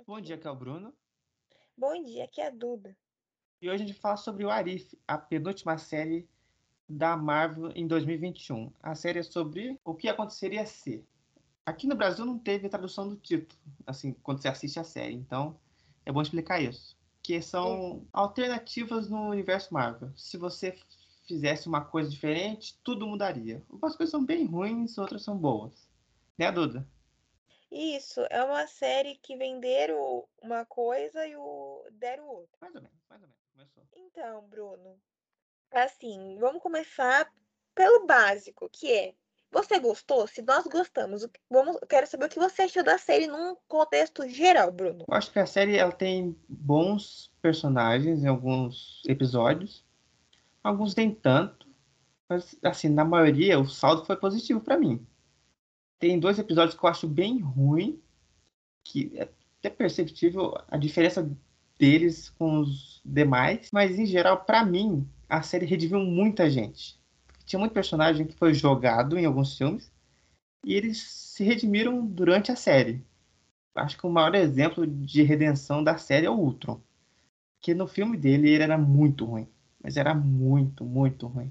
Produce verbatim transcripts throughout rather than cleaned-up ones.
Bom dia, aqui é o Bruno. Bom dia, aqui é a Duda. E hoje a gente fala sobre o Arif, a penúltima série da Marvel em dois mil e vinte e um. A série é sobre o que aconteceria se. Aqui no Brasil não teve tradução do título, assim, quando você assiste a série. Então, é bom explicar isso. Que são alternativas no universo Marvel. Se você fizesse uma coisa diferente, tudo mudaria. Algumas coisas são bem ruins, outras são boas. Né, Duda? Isso, é uma série que venderam uma coisa e o deram outra. Mais ou menos, mais ou menos. Começou. Então, Bruno, assim, vamos começar pelo básico, que é, você gostou? Se nós gostamos, o que- vamos, eu quero saber o que você achou da série num contexto geral, Bruno. Eu acho que a série ela tem bons personagens em alguns episódios, alguns nem tanto, mas assim, na maioria o saldo foi positivo pra mim. Tem dois episódios que eu acho bem ruim, que é até perceptível a diferença deles com os demais, mas em geral, pra mim, a série redimiu muita gente. Tinha muito personagem que foi jogado em alguns filmes e eles se redimiram durante a série. Acho que o maior exemplo de redenção da série é o Ultron. Que no filme dele ele era muito ruim. Mas era muito, muito ruim.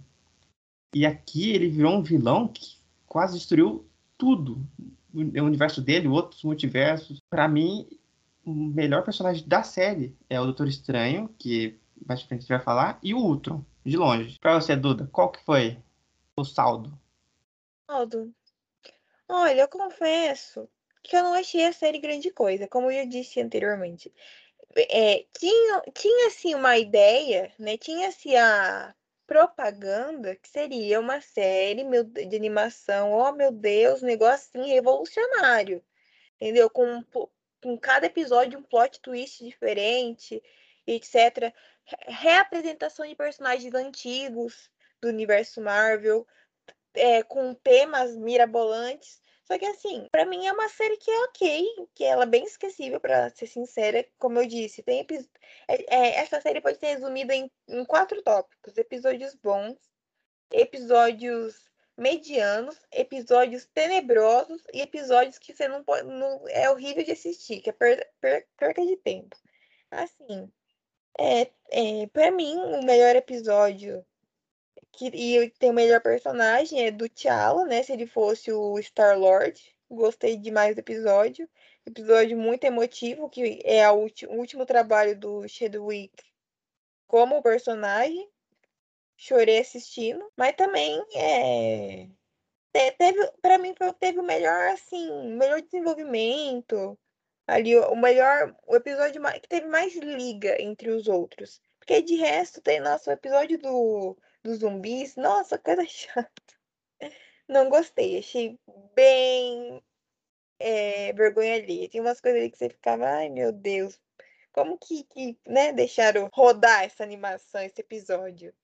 E aqui ele virou um vilão que quase destruiu tudo. O universo dele, outros multiversos. Pra mim, o melhor personagem da série é o Doutor Estranho, que mais pra frente a gente vai falar, e o Ultron, de longe. Pra você, Duda, qual que foi o saldo? Aldo, olha, eu confesso que eu não achei a série grande coisa, como eu disse anteriormente. É, tinha, tinha assim uma ideia, né? Tinha assim a propaganda que seria uma série meu, de animação, oh meu Deus, um negócio assim revolucionário, entendeu? Com, um plo- com cada episódio um plot twist diferente, etcétera. Re- Reapresentação de personagens antigos do universo Marvel, é, com temas mirabolantes. Só que assim, pra mim é uma série que é ok, que ela é bem esquecível, pra ser sincera. Como eu disse, tem epi- é, é, essa série pode ser resumida em, em quatro tópicos: episódios bons, episódios medianos, episódios tenebrosos e episódios que você não pode. Não, é horrível de assistir, que é per, per, perca de tempo. Assim, é, é, para mim, o melhor episódio que, e tem o melhor personagem é do T'Challa, né? Se ele fosse o Star-Lord. Gostei demais do episódio. Episódio muito emotivo, que é a ulti- o último trabalho do Chadwick como personagem. Chorei assistindo. Mas também é. te- Teve, para mim, foi, teve o melhor, assim, o melhor desenvolvimento. Ali, o melhor, o episódio mais, que teve mais liga entre os outros. Porque de resto tem, nossa, o episódio do, dos zumbis, nossa, coisa chata. Não gostei, achei bem é, vergonha alheia. Tem umas coisas ali que você ficava, ai meu Deus, como que, que né, deixaram rodar essa animação, esse episódio?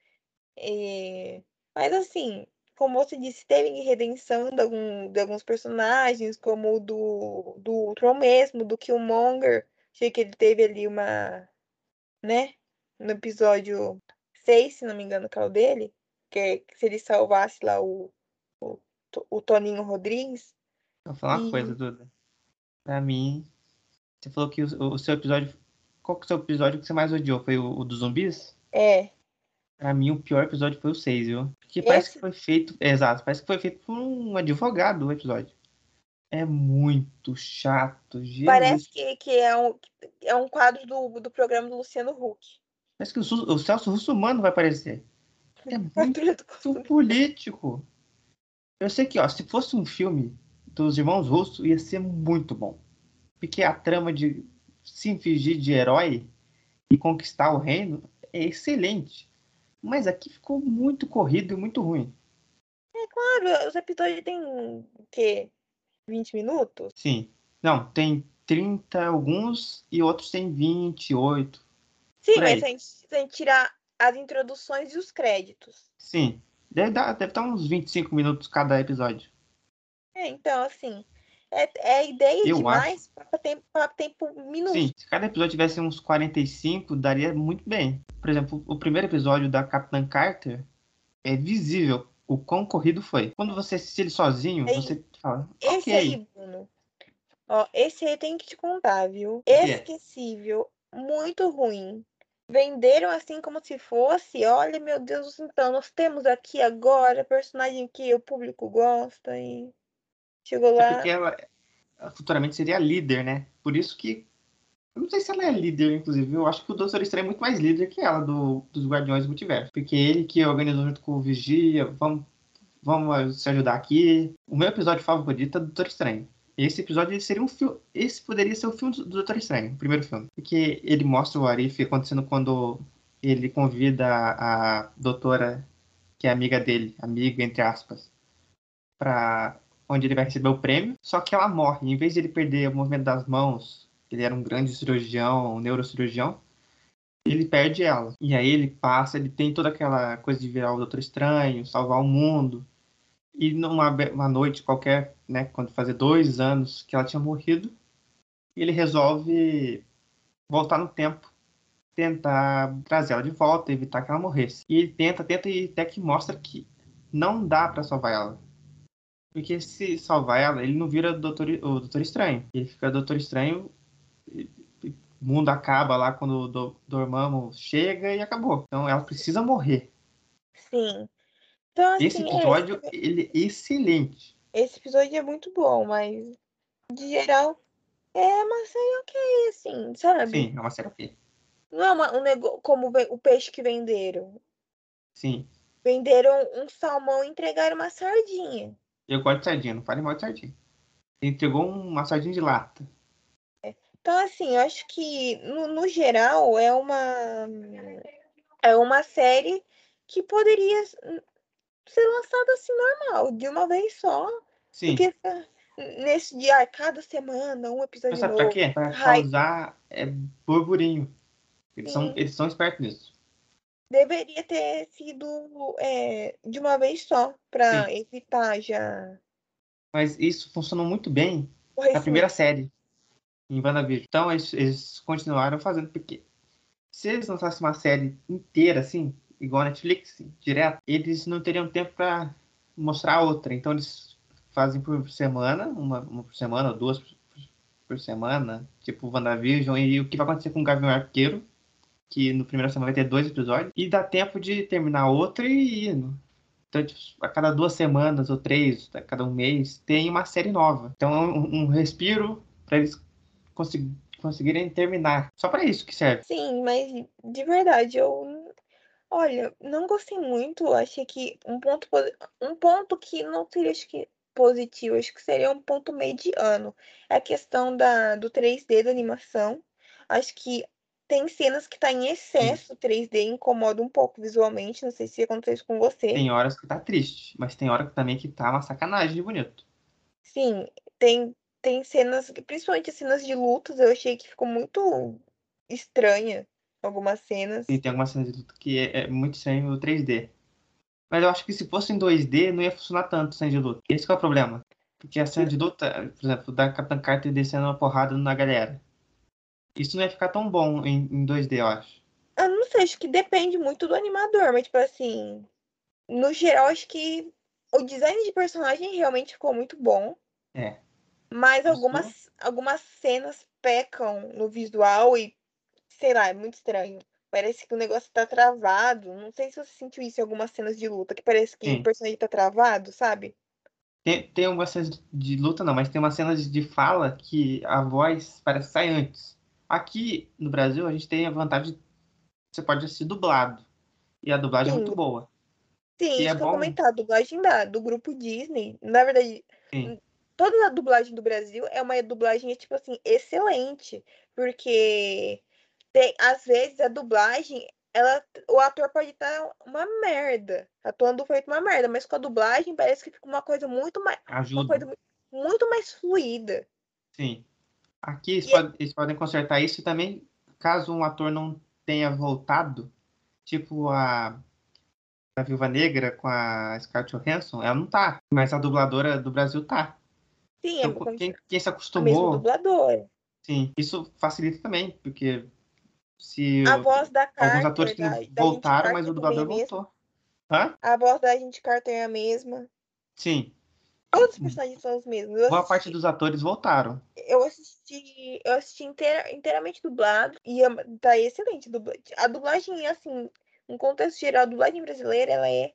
É, mas assim, como você disse, teve redenção de, algum, de alguns personagens, como o do, do Ultron mesmo, do Killmonger. Achei que ele teve ali uma, né, no episódio seis, se não me engano, que é o dele, que, é- que se ele salvasse lá o, o, o Toninho Rodrigues. Vou falar uma coisa, E Duda. Pra mim, você falou que o, o seu episódio. Qual que é o seu episódio que você mais odiou? Foi o, o dos zumbis? é, Pra mim, o pior episódio foi o seis, viu? Porque parece que esse foi feito. É, exato, parece que foi feito por um advogado o episódio. É muito chato, Jesus. parece que, que é, um, é um quadro do, do programa do Luciano Huck. Parece que o, Su- o Celso Russomano vai aparecer. É Patrulha do muito Costume. político. Eu sei que, ó, se fosse um filme dos irmãos Russo, ia ser muito bom. Porque a trama de se fingir de herói e conquistar o reino é excelente. Mas aqui ficou muito corrido e muito ruim. É claro, os episódios têm o quê? Vinte minutos? Sim. Não, tem trinta alguns e outros tem vinte e oito. Sim, Por mas se aí. a gente, se a gente tirar as introduções e os créditos. Sim. Deve dar, deve dar uns vinte e cinco minutos cada episódio. É, então, assim, é, é ideia Eu acho. demais para tempo, pra tempo Sim, minúsculo. se cada episódio tivesse uns quarenta e cinco, daria muito bem. Por exemplo, o primeiro episódio da Capitã Carter é visível o quão corrido foi. Quando você assiste ele sozinho, Aí, você fala, esse ok. aí, Bruno, Ó, esse aí tem que te contar, viu? O quê? Esquecível, muito ruim. Venderam assim como se fosse, olha, meu Deus, então nós temos aqui agora personagem que o público gosta e chegou É porque lá. ela ela futuramente seria a líder, né? Por isso que. Eu não sei se ela é líder, inclusive. Eu acho que o Doutor Estranho é muito mais líder que ela do, dos Guardiões do Multiverso. Porque ele que organizou junto com o Vigia, vamos, vamos se ajudar aqui. O meu episódio favorito é do Doutor Estranho. Esse episódio ele seria um filme. Esse poderia ser o filme do Doutor Estranho, o primeiro filme. Porque ele mostra o Arif acontecendo quando ele convida a, a doutora, que é amiga dele, amiga entre aspas, para onde ele vai receber o prêmio. Só que ela morre. Em vez de ele perder o movimento das mãos, ele era um grande cirurgião, um neurocirurgião, ele perde ela. E aí ele passa, ele tem toda aquela coisa de virar o Doutor Estranho, salvar o mundo. E numa be- uma noite qualquer, né, quando fazia dois anos que ela tinha morrido, ele resolve voltar no tempo, tentar trazer ela de volta, evitar que ela morresse. E ele tenta, tenta e até que mostra que não dá pra salvar ela. Porque se salvar ela, ele não vira doutor, o Doutor Estranho. Ele fica Doutor Estranho, e- e o mundo acaba lá quando o do, Dormammu chega e acabou. Então ela precisa morrer. Sim. Então, Esse assim, é, esse, episódio, ele é excelente. esse episódio é muito bom, mas de geral é uma série ok, assim, sabe? Sim, é uma série ok. Não é uma, um negócio como ve- o peixe que venderam. Sim, Venderam um salmão e entregaram uma sardinha. eu gosto de sardinha, não fale mal de sardinha. Ele entregou uma sardinha de lata. Então, assim, eu acho que, no, no geral, é uma, é uma série que poderia ser lançada assim normal, de uma vez só, do Sim, que ficar nesse dia, cada semana, um mas episódio sabe pra novo. quê? Pra Hype, causar é, burburinho. Eles são, sim. eles são espertos nisso. Deveria ter sido é, de uma vez só, Sim, para evitar já mas isso funcionou muito bem o na primeira ressurgimento. série, em WandaVision. Então eles, eles continuaram fazendo, porque se eles lançassem uma série inteira, assim, igual a Netflix, direto, eles não teriam tempo pra mostrar outra. Então eles fazem por semana, uma, uma por semana, ou duas por, por semana, tipo WandaVision, e o que vai acontecer com o Gavião Arqueiro, que no primeiro semana vai ter dois episódios, e dá tempo de terminar outra e ir. No- Então, tipo, a cada duas semanas ou três, a cada um mês, tem uma série nova. Então é um, um respiro para eles consegui- conseguirem terminar. Só para isso que serve. Sim, mas de verdade, eu, olha, não gostei muito. Achei que um ponto, posi- um ponto que não seria, acho que, positivo, acho que seria um ponto mediano. É a questão da, do três D da animação. Acho que tem cenas que tá em Sim. excesso três D, incomoda um pouco visualmente. Não sei se aconteceu isso com você. Tem horas que tá triste, mas tem hora também que tá uma sacanagem de bonito. Sim, tem, tem cenas, principalmente as cenas de lutas, eu achei que ficou muito estranha algumas E cenas. tem algumas cenas de luta que é, é muito estranho no três D. Mas eu acho que se fosse em dois D, não ia funcionar tanto cena de luta. Esse que é o problema. Porque a cena de luta, por exemplo, da Capitã Carter descendo uma porrada na galera. Isso não ia ficar tão bom em, em dois D, eu acho. Eu não sei, acho que depende muito do animador, mas, tipo assim, no geral, acho que o design de personagem realmente ficou muito bom, É. mas Isso, algumas, algumas cenas pecam no visual e, sei lá, é muito estranho. Parece que o negócio tá travado. Não sei se você sentiu isso em algumas cenas de luta, que parece que o sim. personagem tá travado, sabe? Tem, tem algumas cenas de luta, não, mas tem uma cena de, de fala que a voz parece que sai antes. Aqui no Brasil, a gente tem a vantagem de você pode assistir dublado. E a dublagem é muito Sim, boa. sim, E é isso que eu bom, comentar, a dublagem da, do grupo Disney, na verdade, sim. n- toda a dublagem do Brasil é uma dublagem, tipo assim, excelente, porque tem, às vezes a dublagem, ela, o ator pode estar uma merda, atuando feito uma merda, mas com a dublagem parece que fica uma coisa muito mais, uma Ajuda. coisa mu- muito mais fluida. Sim. Aqui eles E é- podem, eles podem consertar isso e também, caso um ator não tenha voltado, tipo a, a Viúva Negra com a Scarlett Johansson, ela não tá, mas a dubladora do Brasil tá. sim, Então, é co- como se- quem, quem se a mesma acostumou, dubladora. sim, isso facilita também, porque se A eu- voz da alguns atores Carter, que não da, da gente voltaram, mas Carter o também é dublador a mesma. voltou. Hã? A voz da gente Carter é a mesma. Sim. Todos os personagens são os mesmos. Eu Boa parte assisti, dos atores voltaram. eu assisti, eu assisti inteira, inteiramente dublado e é- tá excelente. dubla- A dublagem, assim, em contexto geral, a dublagem brasileira, ela é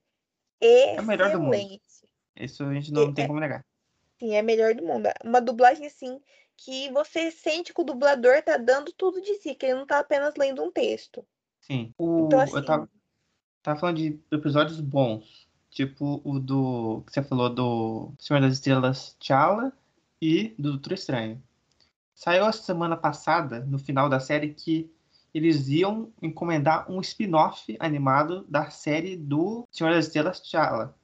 É o melhor do mundo. excelente. Isso a gente não E tem é, como negar. sim, é a melhor do mundo. Uma dublagem, assim, que você sente que o dublador tá dando tudo de si, que ele não tá apenas lendo um texto. Sim. Então, O, eu assim, tava, tava falando de episódios bons. Tipo o do. Que você falou do Senhor das Estrelas T'Challa e do Doutor Estranho. Saiu essa semana passada, no final da série, que eles iam encomendar um spin-off animado da série do Senhor das Estrelas T'Challa.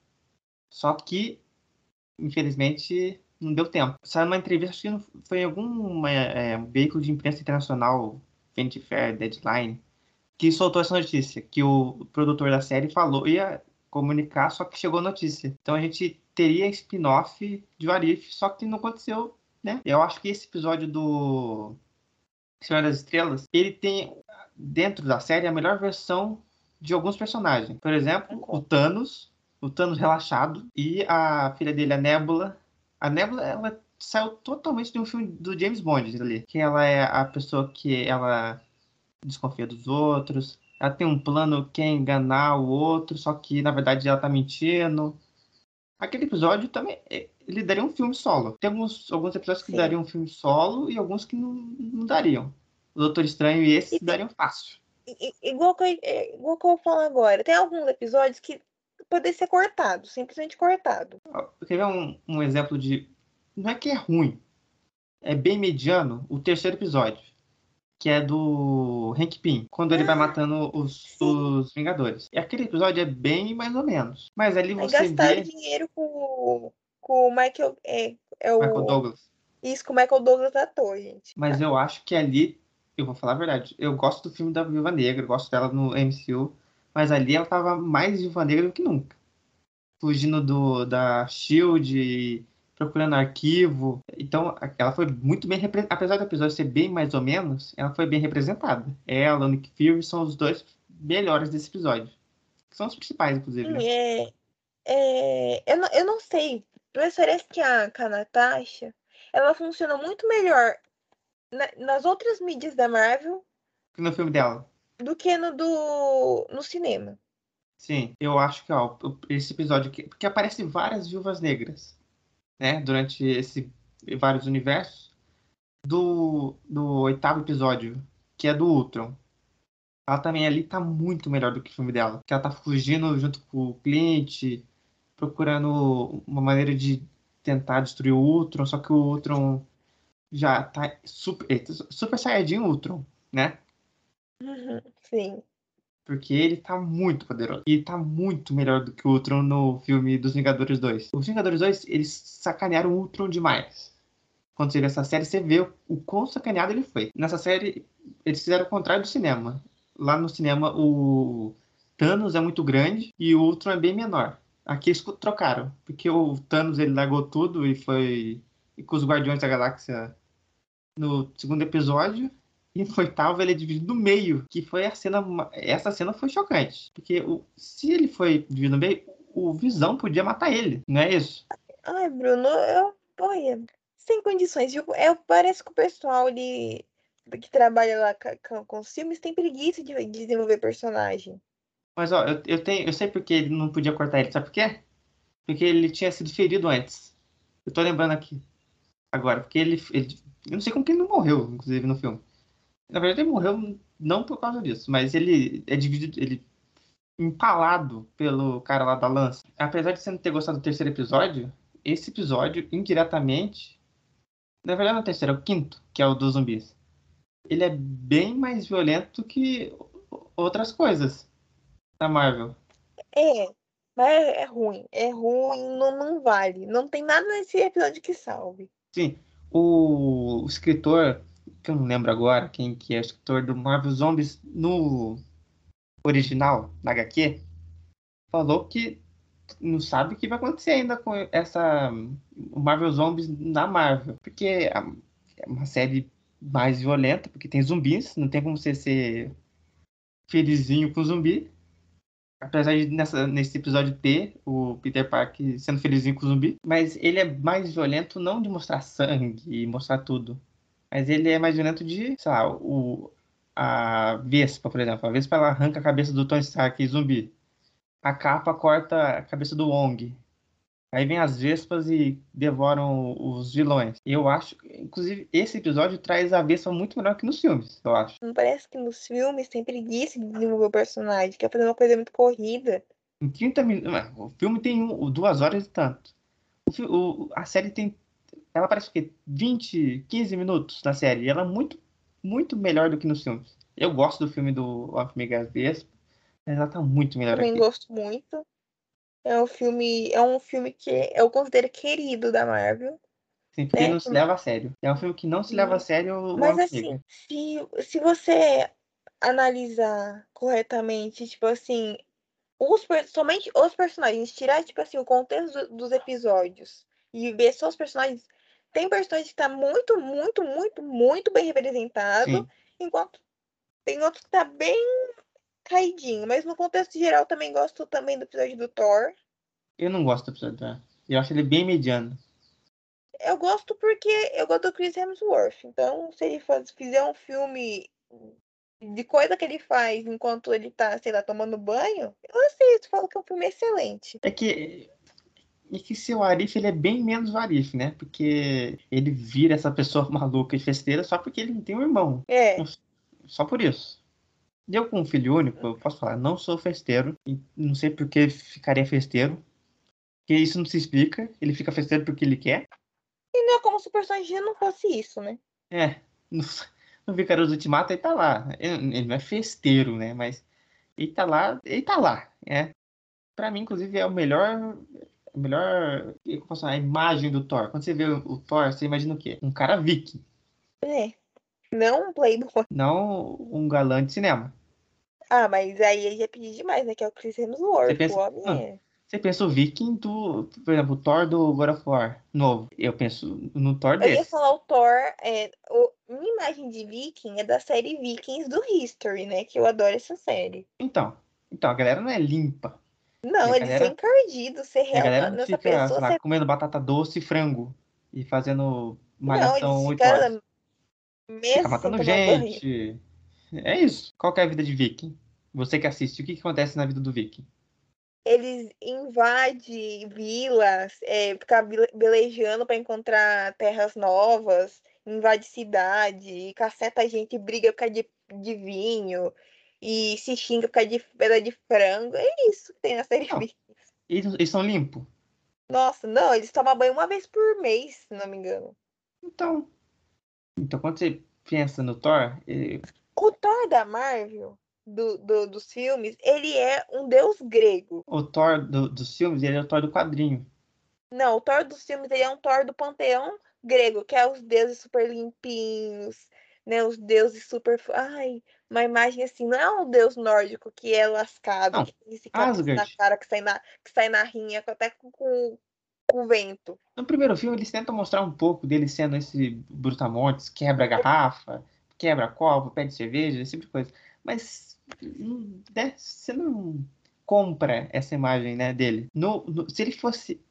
Só que, infelizmente, não deu tempo. Saiu numa entrevista, acho que não- foi em algum é, é, veículo de imprensa internacional, Vanity Fair, Deadline, que soltou essa notícia, que o produtor da série falou, ia comunicar, só que chegou a notícia. Então a gente teria spin-off de What If, só que não aconteceu, né? Eu acho que esse episódio do Senhor das Estrelas, ele tem dentro da série a melhor versão de alguns personagens. Por exemplo, o concordo. Thanos, o Thanos relaxado e a filha dele, a Nebula. A Nebula, ela saiu totalmente de um filme do James Bond ali, que ela é a pessoa que ela desconfia dos outros. Ela tem um plano que é enganar o outro, só que na verdade ela tá mentindo. Aquele episódio também, é, ele daria um filme solo. Tem alguns, alguns episódios que Sim. dariam um filme solo e alguns que não, não dariam. O Doutor Estranho e E esse tem, dariam fácil. i- igual que, eu- é, igual que eu falo agora, tem alguns episódios que podem ser cortados, simplesmente cortado. Ó, eu queria ver um, um exemplo de. Não é que é ruim, é bem mediano o terceiro episódio, que é do Hank Pym, quando ele vai Ah, matando os, sim. os Vingadores. E aquele episódio é bem mais ou menos. Mas ali Aí você gastaram vê dinheiro com, com o Michael. É, é Michael o. Douglas. Isso, com o Michael Douglas ator, gente. Mas eu acho que ali, eu vou falar a verdade, eu gosto do filme da Viúva Negra, eu gosto dela no M C U, mas ali ela tava mais Viúva Negra do que nunca. Fugindo do, da Shield, procurando arquivo. Então, a- ela foi muito bem representada. Apesar do episódio ser bem mais ou menos, ela foi bem representada. Ela, o Nick Fury são os dois melhores desse episódio. Que são os principais, inclusive, Sim, né? é, é, eu, não, eu não sei, mas parece que a, que a Natasha ela funciona muito melhor na- nas outras mídias da Marvel Que no filme dela. do que no do no cinema. Sim, eu acho que ó, esse episódio aqui, porque aparecem várias viúvas negras, né? Durante esse vários universos. Do, do oitavo episódio, que é do Ultron. Ela também ali tá muito melhor do que o filme dela. Que ela tá fugindo junto com o Clint, procurando uma maneira de tentar destruir o Ultron, só que o Ultron já tá super, eita, super Saiyajin Ultron, né? Uhum, sim. Porque ele tá muito poderoso. E tá muito melhor do que o Ultron no filme dos Vingadores dois. Os Vingadores dois, eles sacanearam o Ultron demais. Quando você vê essa série, você vê o, o quão sacaneado ele foi. Nessa série, eles fizeram o contrário do cinema. Lá no cinema, o Thanos é muito grande e o Ultron é bem menor. Aqui eles trocaram, porque o Thanos ele largou tudo e foi e com os Guardiões da Galáxia no segundo episódio. E no oitavo ele é dividido no meio, que foi a cena. Essa cena foi chocante. Porque o, se ele foi dividido no meio, o Visão podia matar ele, não é isso? Ai, Bruno, eu, olha, sem condições, viu? É, parece que o pessoal ali que trabalha lá ca- ca- com, os filmes tem preguiça de, de desenvolver personagem. Mas ó, eu, eu tenho, eu sei porque ele não podia cortar ele, sabe por quê? Porque ele tinha sido ferido antes. Eu tô lembrando aqui agora, porque ele, ele eu não sei como que ele não morreu, inclusive no filme. Na verdade, ele morreu não por causa disso, mas ele é dividido, ele empalado pelo cara lá da lança. Apesar de você não ter gostado do terceiro episódio, esse episódio indiretamente, na verdade não é o terceiro, é o quinto, que é o dos zumbis. Ele é bem mais violento que outras coisas da Marvel. É, mas é, é ruim, é ruim, não, não vale. Não tem nada nesse episódio que salve. Sim, o, o escritor, que eu não lembro agora quem que é o escritor do Marvel Zombies no original, na H Q, falou que não sabe o que vai acontecer ainda com essa o Marvel Zombies na Marvel, porque é é uma série mais violenta, porque tem zumbis, não tem como você ser felizinho com zumbi, Apesar de nessa, nesse episódio ter o Peter Parker sendo felizinho com o zumbi. Mas ele é mais violento não de mostrar sangue e mostrar tudo. Mas ele é mais violento de, sei lá, o, a Vespa, por exemplo. A Vespa ela arranca a cabeça do Tony Stark zumbi. A capa corta a cabeça do Wong. Aí vem as Vespas e devoram os vilões. Eu acho, inclusive, esse episódio traz a Vespa muito melhor que nos filmes, eu acho. Não parece que nos filmes tem preguiça de desenvolver o personagem, quer fazer uma coisa muito corrida. Em trinta minutos. O filme tem um, duas horas e tanto. O, fi- o- a série tem. Ela parece o quê? vinte, quinze minutos na série. E ela é muito, muito melhor do que nos filmes. Eu gosto do filme do Homem-Formiga Vespa, mas ela tá muito melhor Também aqui. gosto muito. É um filme, é um filme que eu considero querido da Marvel, Sim, porque né? não se leva a sério. É um filme que não se leva a sério o Mas assim, Homem-Formiga. se, se você analisar corretamente, tipo assim, os, per- somente os personagens, tirar, tipo assim, o contexto do- dos episódios e ver só os personagens, tem personagem que tá muito, muito, muito, muito bem representado, Sim. enquanto tem outro que tá bem caidinho. Mas no contexto geral, também gosto também do episódio do Thor. Eu não gosto do episódio, tá? Eu acho ele bem mediano. Eu gosto porque eu gosto do Chris Hemsworth. Então, se ele faz- fizer um filme de coisa que ele faz enquanto ele tá, sei lá, tomando banho, eu assisto, falo que é um filme excelente. É que, é que seu Arif, ele é bem menos o Arif, né? Porque ele vira essa pessoa maluca e festeira só porque ele não tem um irmão. É, Só por isso. E eu, com um filho único, eu posso falar, não sou festeiro. E não sei por que ficaria festeiro. Porque isso não se explica. Ele fica festeiro porque ele quer. e não é como se o personagem não fosse isso, né? É. No, no Vingadores Ultimato ele tá lá. Ele, ele não é festeiro, né? Mas ele tá lá. Ele tá lá. É. Pra mim, inclusive, é o melhor. A melhor. Eu posso falar, a imagem do Thor. Quando você vê o, o Thor, você imagina o quê? Um cara viking. É, não um playboy. Não um galã de cinema. Ah, mas aí eu já pedi demais, né? Que é o Chris Você Hemsworth, o pensa. homem Não, é... você pensa o Viking do. Por exemplo, o Thor do God of War novo. Eu penso no Thor Eu ia desse. falar o Thor, é, o, minha imagem de Viking é da série Vikings do History, né? Que eu adoro essa série. Então. Então, a galera não é limpa. E a Não, eles são galera. encardidos, você E a real, galera não nessa fica, sei pessoa, lá, você... comendo batata doce e frango. E fazendo Não, malhação eles oito horas. ficaram Fica meses sem matando tomar banho. gente. É isso. Qual que é a vida de Viking? Você que assiste, o que, que acontece na vida do Viking? Eles invadem vilas, é, ficam vile- velejando para encontrar terras novas, invade cidade, caceta a gente, briga por causa de, de vinho e se xinga por causa de pedaço de frango. É isso que tem na série Não, Vikings. eles, eles são limpos. Nossa, não, eles tomam banho uma vez por mês, se não me engano. Então, então quando você pensa no Thor, eh, O Thor da Marvel, do, do- dos filmes, ele é um deus grego. o Thor do- dos filmes, ele é o Thor do quadrinho. Não, o Thor dos filmes ele é um Thor do panteão grego, que é os deuses super limpinhos, né? Os deuses super. Ai, uma imagem assim, não é um deus nórdico que é lascado, Não, que tem cicatriz na Asgard. cara, que sai na, que sai na rinha, até com, com, com o vento. No primeiro filme, eles tentam mostrar um pouco dele sendo esse brutamontes, quebra garrafa, quebra copo, pede cerveja, esse tipo de coisa. Mas hum, né, você não compra essa imagem, né, dele. No, no- se ele fosse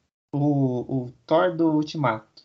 o, o Thor do Ultimato,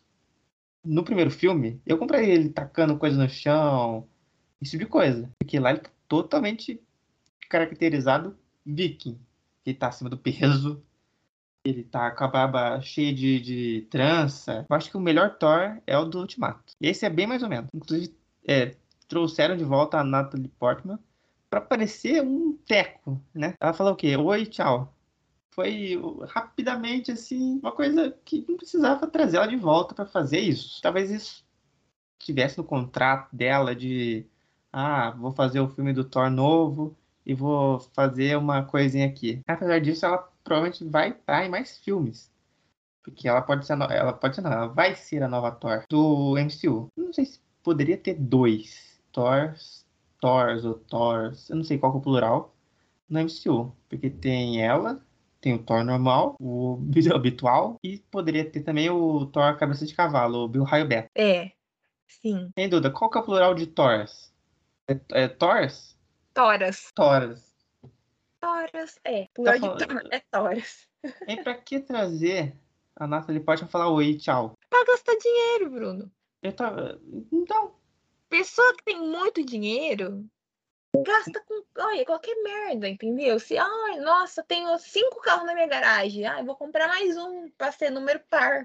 no primeiro filme, eu compraria ele tacando coisa no chão, esse tipo de coisa. Porque lá ele tá totalmente caracterizado viking. Ele tá acima do peso, ele tá com a barba cheia de, de trança. Eu acho que o melhor Thor é o do Ultimato. E esse é bem mais ou menos. Inclusive, é, trouxeram de volta a Natalie Portman pra parecer um teco, né? Ela falou o quê? Oi, tchau. Foi uh, rapidamente, assim, uma coisa que não precisava trazer ela de volta pra fazer isso. Talvez isso tivesse no contrato dela de ah, vou fazer o filme do Thor novo e vou fazer uma coisinha aqui. Apesar disso, ela provavelmente vai estar em mais filmes. Porque ela pode ser, a no- ela pode ser, não, ela vai ser a nova Thor do M C U. Não sei se poderia ter dois Thors, Thors ou Thors, eu não sei qual que é o plural, no M C U. Porque tem ela, tem o Thor normal, o habitual, e poderia ter também o Thor cabeça de cavalo, o Bill Raio Beta. É, sim. Sem dúvida, qual que é o plural de Thors? É, é Thors? Toras. Thoras. Horas, é. Tá Plural de falando... Thor, é Thoras. E pra que trazer a Natalie Portman falar oi, tchau? Pra gastar dinheiro, Bruno. Eu tava... Então, Pessoa que tem muito dinheiro gasta com, olha, qualquer merda, entendeu? Se, ai, nossa, tenho cinco carros na minha garagem. Ai, vou comprar mais um pra ser número par.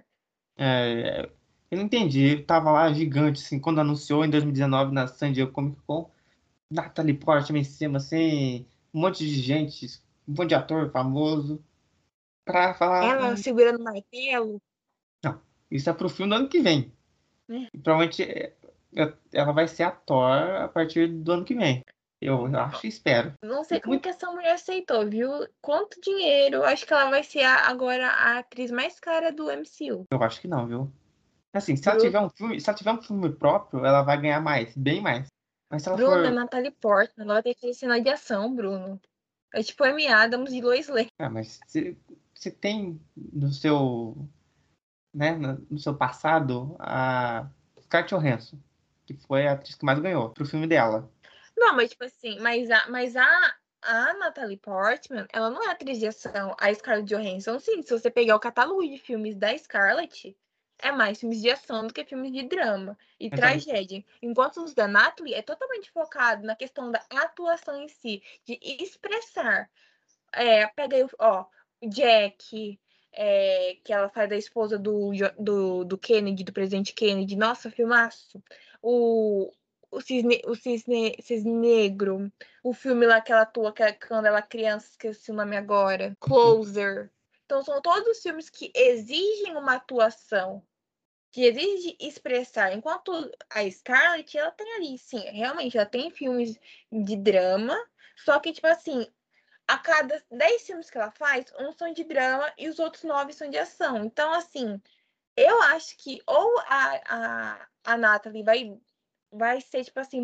é, eu não entendi. Eu tava lá gigante, assim, quando anunciou em dois mil e dezenove na San Diego Comic Con, Natalie Portman em cima, assim, um monte de gente, um monte de ator famoso, pra falar, Ela "Ai, segurando o martelo, não, isso é pro filme do ano que vem. né? E provavelmente é, é, ela vai ser a Thor a partir do ano que vem. Eu, eu acho e espero. Não sei como Muito, que essa mulher aceitou, viu? Quanto dinheiro? Acho que ela vai ser a- agora a atriz mais cara do M C U. eu acho que não, viu? Assim, se ela Bruno, tiver um filme, se ela tiver um filme próprio, ela vai ganhar mais, bem mais. Mas se ela Bruno é for. Natalie Portman. Ela vai ter que fazer cena de ação, Bruno. É tipo Amy Adams e Lois Lane. Ah, mas se, se tem no seu, né, no no seu passado a Scarlett Johansson, que foi a atriz que mais ganhou pro filme dela. Não, mas tipo assim, mas a, mas a, a Natalie Portman, ela não é atriz de ação. A Scarlett Johansson, sim. Se você pegar o catálogo de filmes da Scarlett, é mais filmes de ação do que filmes de drama e Então, tragédia. Enquanto os da Natalie é totalmente focado na questão da atuação em si, de expressar. É, pega aí, ó, Jack, é, que ela faz da esposa do, do, do Kennedy, do presidente Kennedy. Nossa, filmaço. O, o, Cisne, o Cisne, Cisne Negro, o filme lá que ela atua que é quando ela é criança, esqueci o nome agora. Closer. Então, são todos filmes que exigem uma atuação, que exige expressar. Enquanto a Scarlett, ela tem ali, sim, realmente, ela tem filmes de drama, só que, tipo assim, a cada dez filmes que ela faz, um são de drama e os outros nove são de ação. Então, assim, eu acho que ou a, a, a Natalie vai, vai ser, tipo assim,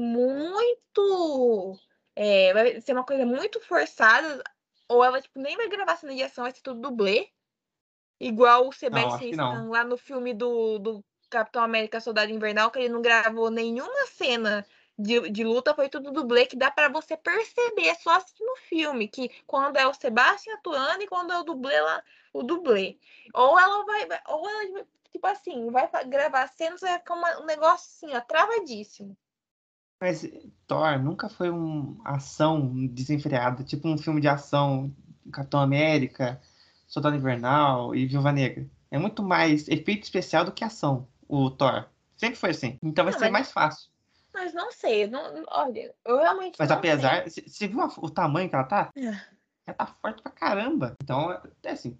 muito. É, vai ser uma coisa muito forçada, ou ela, tipo, nem vai gravar cena de ação, vai ser tudo dublê. Igual o não, acho Sebastian que Stan não. lá no filme do, do Capitão América Soldado Invernal, que ele não gravou nenhuma cena de, de luta, foi tudo dublê, que dá pra você perceber só assistindo o filme, que quando é o Sebastian atuando e quando é o dublê lá, o dublê. Ou ela vai, vai- ou ela, tipo assim, vai fa- gravar cenas, vai ficar uma- um negócio assim, ó, travadíssimo. Mas Thor nunca foi uma ação desenfreada, tipo um filme de ação, Capitão América, Soldado Invernal e Viúva Negra. É muito mais efeito especial do que ação, o Thor. Sempre foi assim. Então vai Não, ser mas, mais fácil. mas não sei, não, olha, eu realmente Mas não sei. apesar, você viu a- o tamanho que ela tá? É. Ela tá forte pra caramba. Então, é é assim,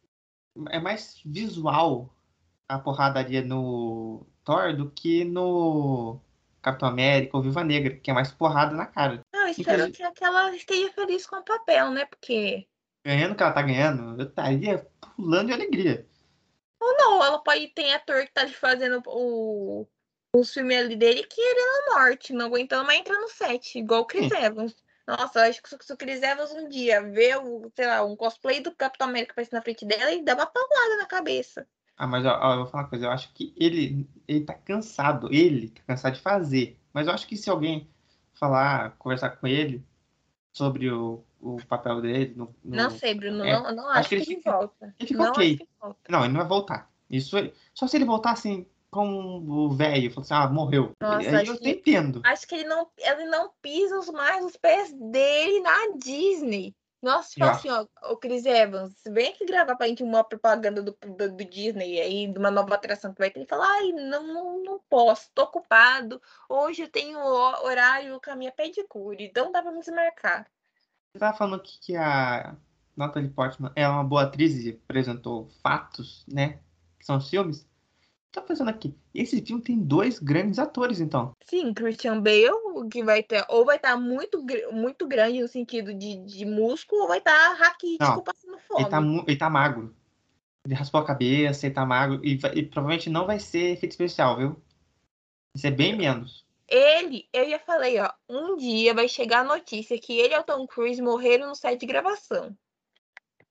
é mais visual a porradaria no Thor do que no Capitão América ou Viúva Negra, que é mais porrada na cara. Não, eu espero Inclusive, que aquela esteja feliz com o papel, né? Porque ganhando o que ela tá ganhando, eu estaria pulando de alegria. ou não, ela pode ter ator que tá ali fazendo o, os filmes ali dele querendo a morte, não aguentando mais entrar no set, igual o Chris Sim. Evans. Nossa, eu acho que se o Chris Evans um dia vê, o, sei lá, um cosplay do Capitão América aparecendo na frente dela, ele dá uma paulada na cabeça. Ah, mas ó, ó, eu vou falar uma coisa, eu acho que ele, ele tá cansado, ele tá cansado de fazer. Mas eu acho que se alguém falar, conversar com ele sobre o, o papel dele no, Não no- sei, Bruno, é, não, não acho acho que que ele ele fica, volta. ele fica Não acho que ok. ele volta. Não, ele não vai voltar. Isso, é- só se ele voltar assim, com o velho, falou assim, ah, morreu. Nossa, Aí eu acho até que entendo. acho que ele não, ele não pisa os mais os pés dele na Disney. Nossa, tipo Eu assim, acho. ó, o Chris Evans, vem aqui gravar pra gente uma propaganda do, do, do Disney aí, de uma nova atração que vai ter. Ele fala, ai, não, não, não posso, tô ocupado. Hoje eu tenho ho- horário com a minha pedicure, então dá pra me desmarcar. Você tava falando que, que a Natalie Portman é uma boa atriz e apresentou fatos, né? Que são os filmes. Tô pensando aqui, esse filme tem dois grandes atores, então. Sim, Christian Bale, que vai ter, ou vai estar muito, gr- muito grande no sentido de, de músculo, ou vai estar raquítico Não, passando ele tá, fome. mu- ele tá magro. Ele raspou a cabeça, ele tá magro. E, vai- e provavelmente não vai ser efeito especial, viu? Vai ser bem menos. Ele, eu já falei, ó, um dia vai chegar a notícia que ele e o Tom Cruise morreram no set de gravação.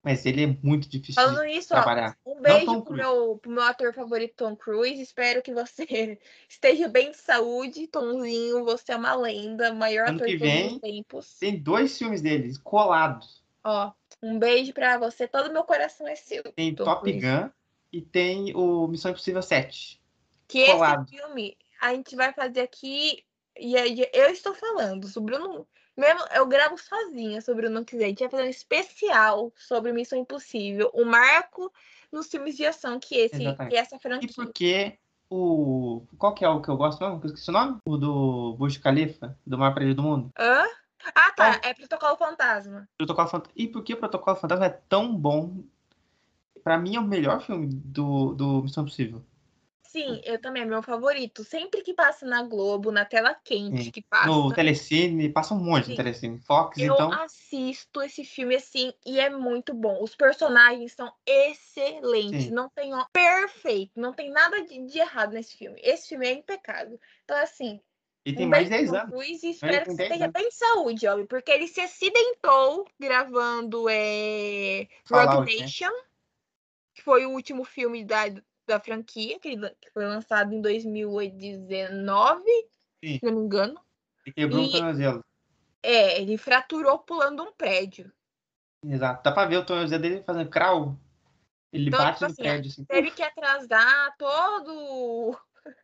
Mas ele é muito difícil Falando de nisso, ó, trabalhar. um Não beijo Tom pro Cruise. meu, pro meu ator favorito, Tom Cruise. Espero que você esteja bem de saúde, Tomzinho. Você é uma lenda, maior Ano ator que de todos os vem, tempos. tem dois filmes deles colados. Ó, um beijo pra você. Todo meu coração é seu, Tem Tom Top Cruise. Gun e tem o Missão Impossível sete. Que esse Colado. filme a gente vai fazer aqui. E aí, eu estou falando. Se o Bruno. Mesmo, eu gravo sozinha sobre o Bruno quiser. A gente vai fazer um especial sobre Missão Impossível. O marco nos filmes de ação que, esse, que Exatamente. essa E franquia. porque o... Qual que é o que eu gosto mesmo? Que eu esqueci o nome? O do Burj Khalifa, do maior prédio do mundo. Hã? Ah, tá. Qual? É Protocolo Fantasma. Protocolo Fantasma. E por que o Protocolo Fantasma é tão bom? Pra mim é o melhor filme do, do Missão Impossível. Sim, eu também, é meu favorito. Sempre que passa na Globo, na tela quente Sim. que No passa, Telecine, passa um monte no sim, Telecine. Fox, eu então, assisto esse filme assim e é muito bom. Os personagens são excelentes, sim. não tem ó, perfeito, não tem nada de, de errado nesse filme. Esse filme é impecável. Então, assim, E tem um mais beijo de dez pro Tom anos. Cruise e Ele espero que tem você dez esteja anos. bem de saúde, óbvio, porque ele se acidentou gravando é, Rogue Fallout, né? Nation, que foi o último filme da, da franquia, que, ele, que foi lançado em dois mil e dezenove, Sim. se não me engano. E quebrou um E tornozelo. é, ele fraturou pulando um prédio. Exato. Dá pra ver o tornozelo dele fazendo crawl. Ele Então, bate tipo no assim, prédio assim. teve Uf. que atrasar todo.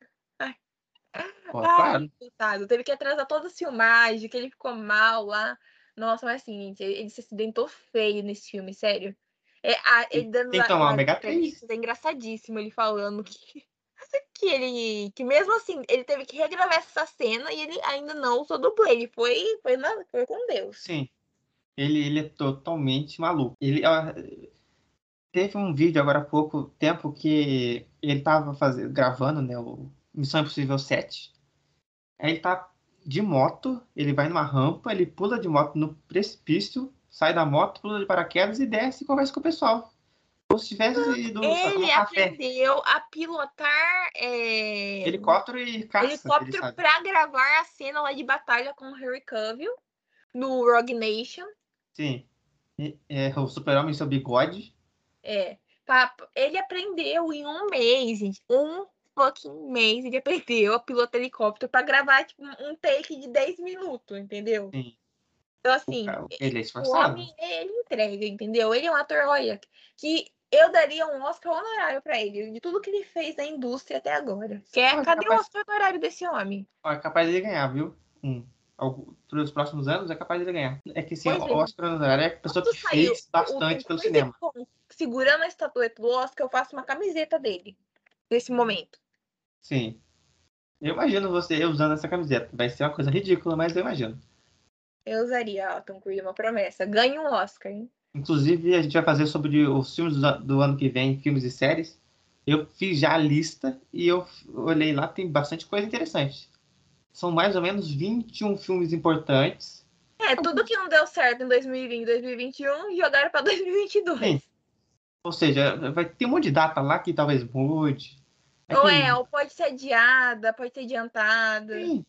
Pô, Ai, claro. coitado. Teve que atrasar toda a filmagem, que ele ficou mal lá. Nossa, mas assim, gente, ele se acidentou feio nesse filme, sério. É, a- ele dando Tem que a- tomar as ômega três. entrevistas, é engraçadíssimo ele falando que, que ele. Que mesmo assim, ele teve que regravar essa cena e ele ainda não usou dublê. Ele foi, foi, na, foi com Deus. Sim. Ele, ele é totalmente maluco. Ele, ó, teve um vídeo agora há pouco tempo que ele tava fazendo, gravando, né, o Missão Impossível sete. Aí ele tá de moto, ele vai numa rampa, ele pula de moto no precipício, sai da moto, pula de paraquedas e desce e conversa com o pessoal. Como se tivesse ido só tomar Ele um café. aprendeu a pilotar é, Helicóptero e caça, ele helicóptero sabe. para gravar a cena lá de batalha com o Henry Cavill no Rogue Nation. Sim. E- é, o super-homem e seu bigode. É, pra- ele aprendeu em um mês, gente. Um fucking mês ele aprendeu a pilotar helicóptero para gravar tipo, um um take de dez minutos, entendeu? Sim. Então, O assim, ca- ele é o esforçado. homem, ele entrega, entendeu? Ele é um ator, olha, que eu daria um Oscar honorário para ele, de tudo que ele fez na indústria até agora. Que é, Olha, é cadê o capaz, Oscar honorário desse homem? olha, é capaz de ele ganhar, viu? Um. Para os próximos anos é capaz de ele ganhar. É que assim, Pois o é, Oscar Honorário é a pessoa quando que saiu fez o Tom bastante pelo Cruise cinema. com- segurando a estatueta do Oscar, eu faço uma camiseta dele, nesse momento. Sim. Eu imagino você usando essa camiseta. Vai ser uma coisa ridícula, mas eu imagino. Eu usaria, ó, Tom Cruise, uma promessa. Ganhe um Oscar, hein? Inclusive, a gente vai fazer sobre os filmes do, do ano que vem, filmes e séries. Eu fiz já a lista e eu olhei lá, tem bastante coisa interessante. São mais ou menos vinte e um filmes importantes. É, tudo que não deu certo em dois mil e vinte, dois mil e vinte e um, jogaram pra dois mil e vinte e Sim, dois. ou seja, vai ter um monte de data lá que talvez mude. Aí Ou é, tem, ou pode ser adiada, pode ser adiantada. tem.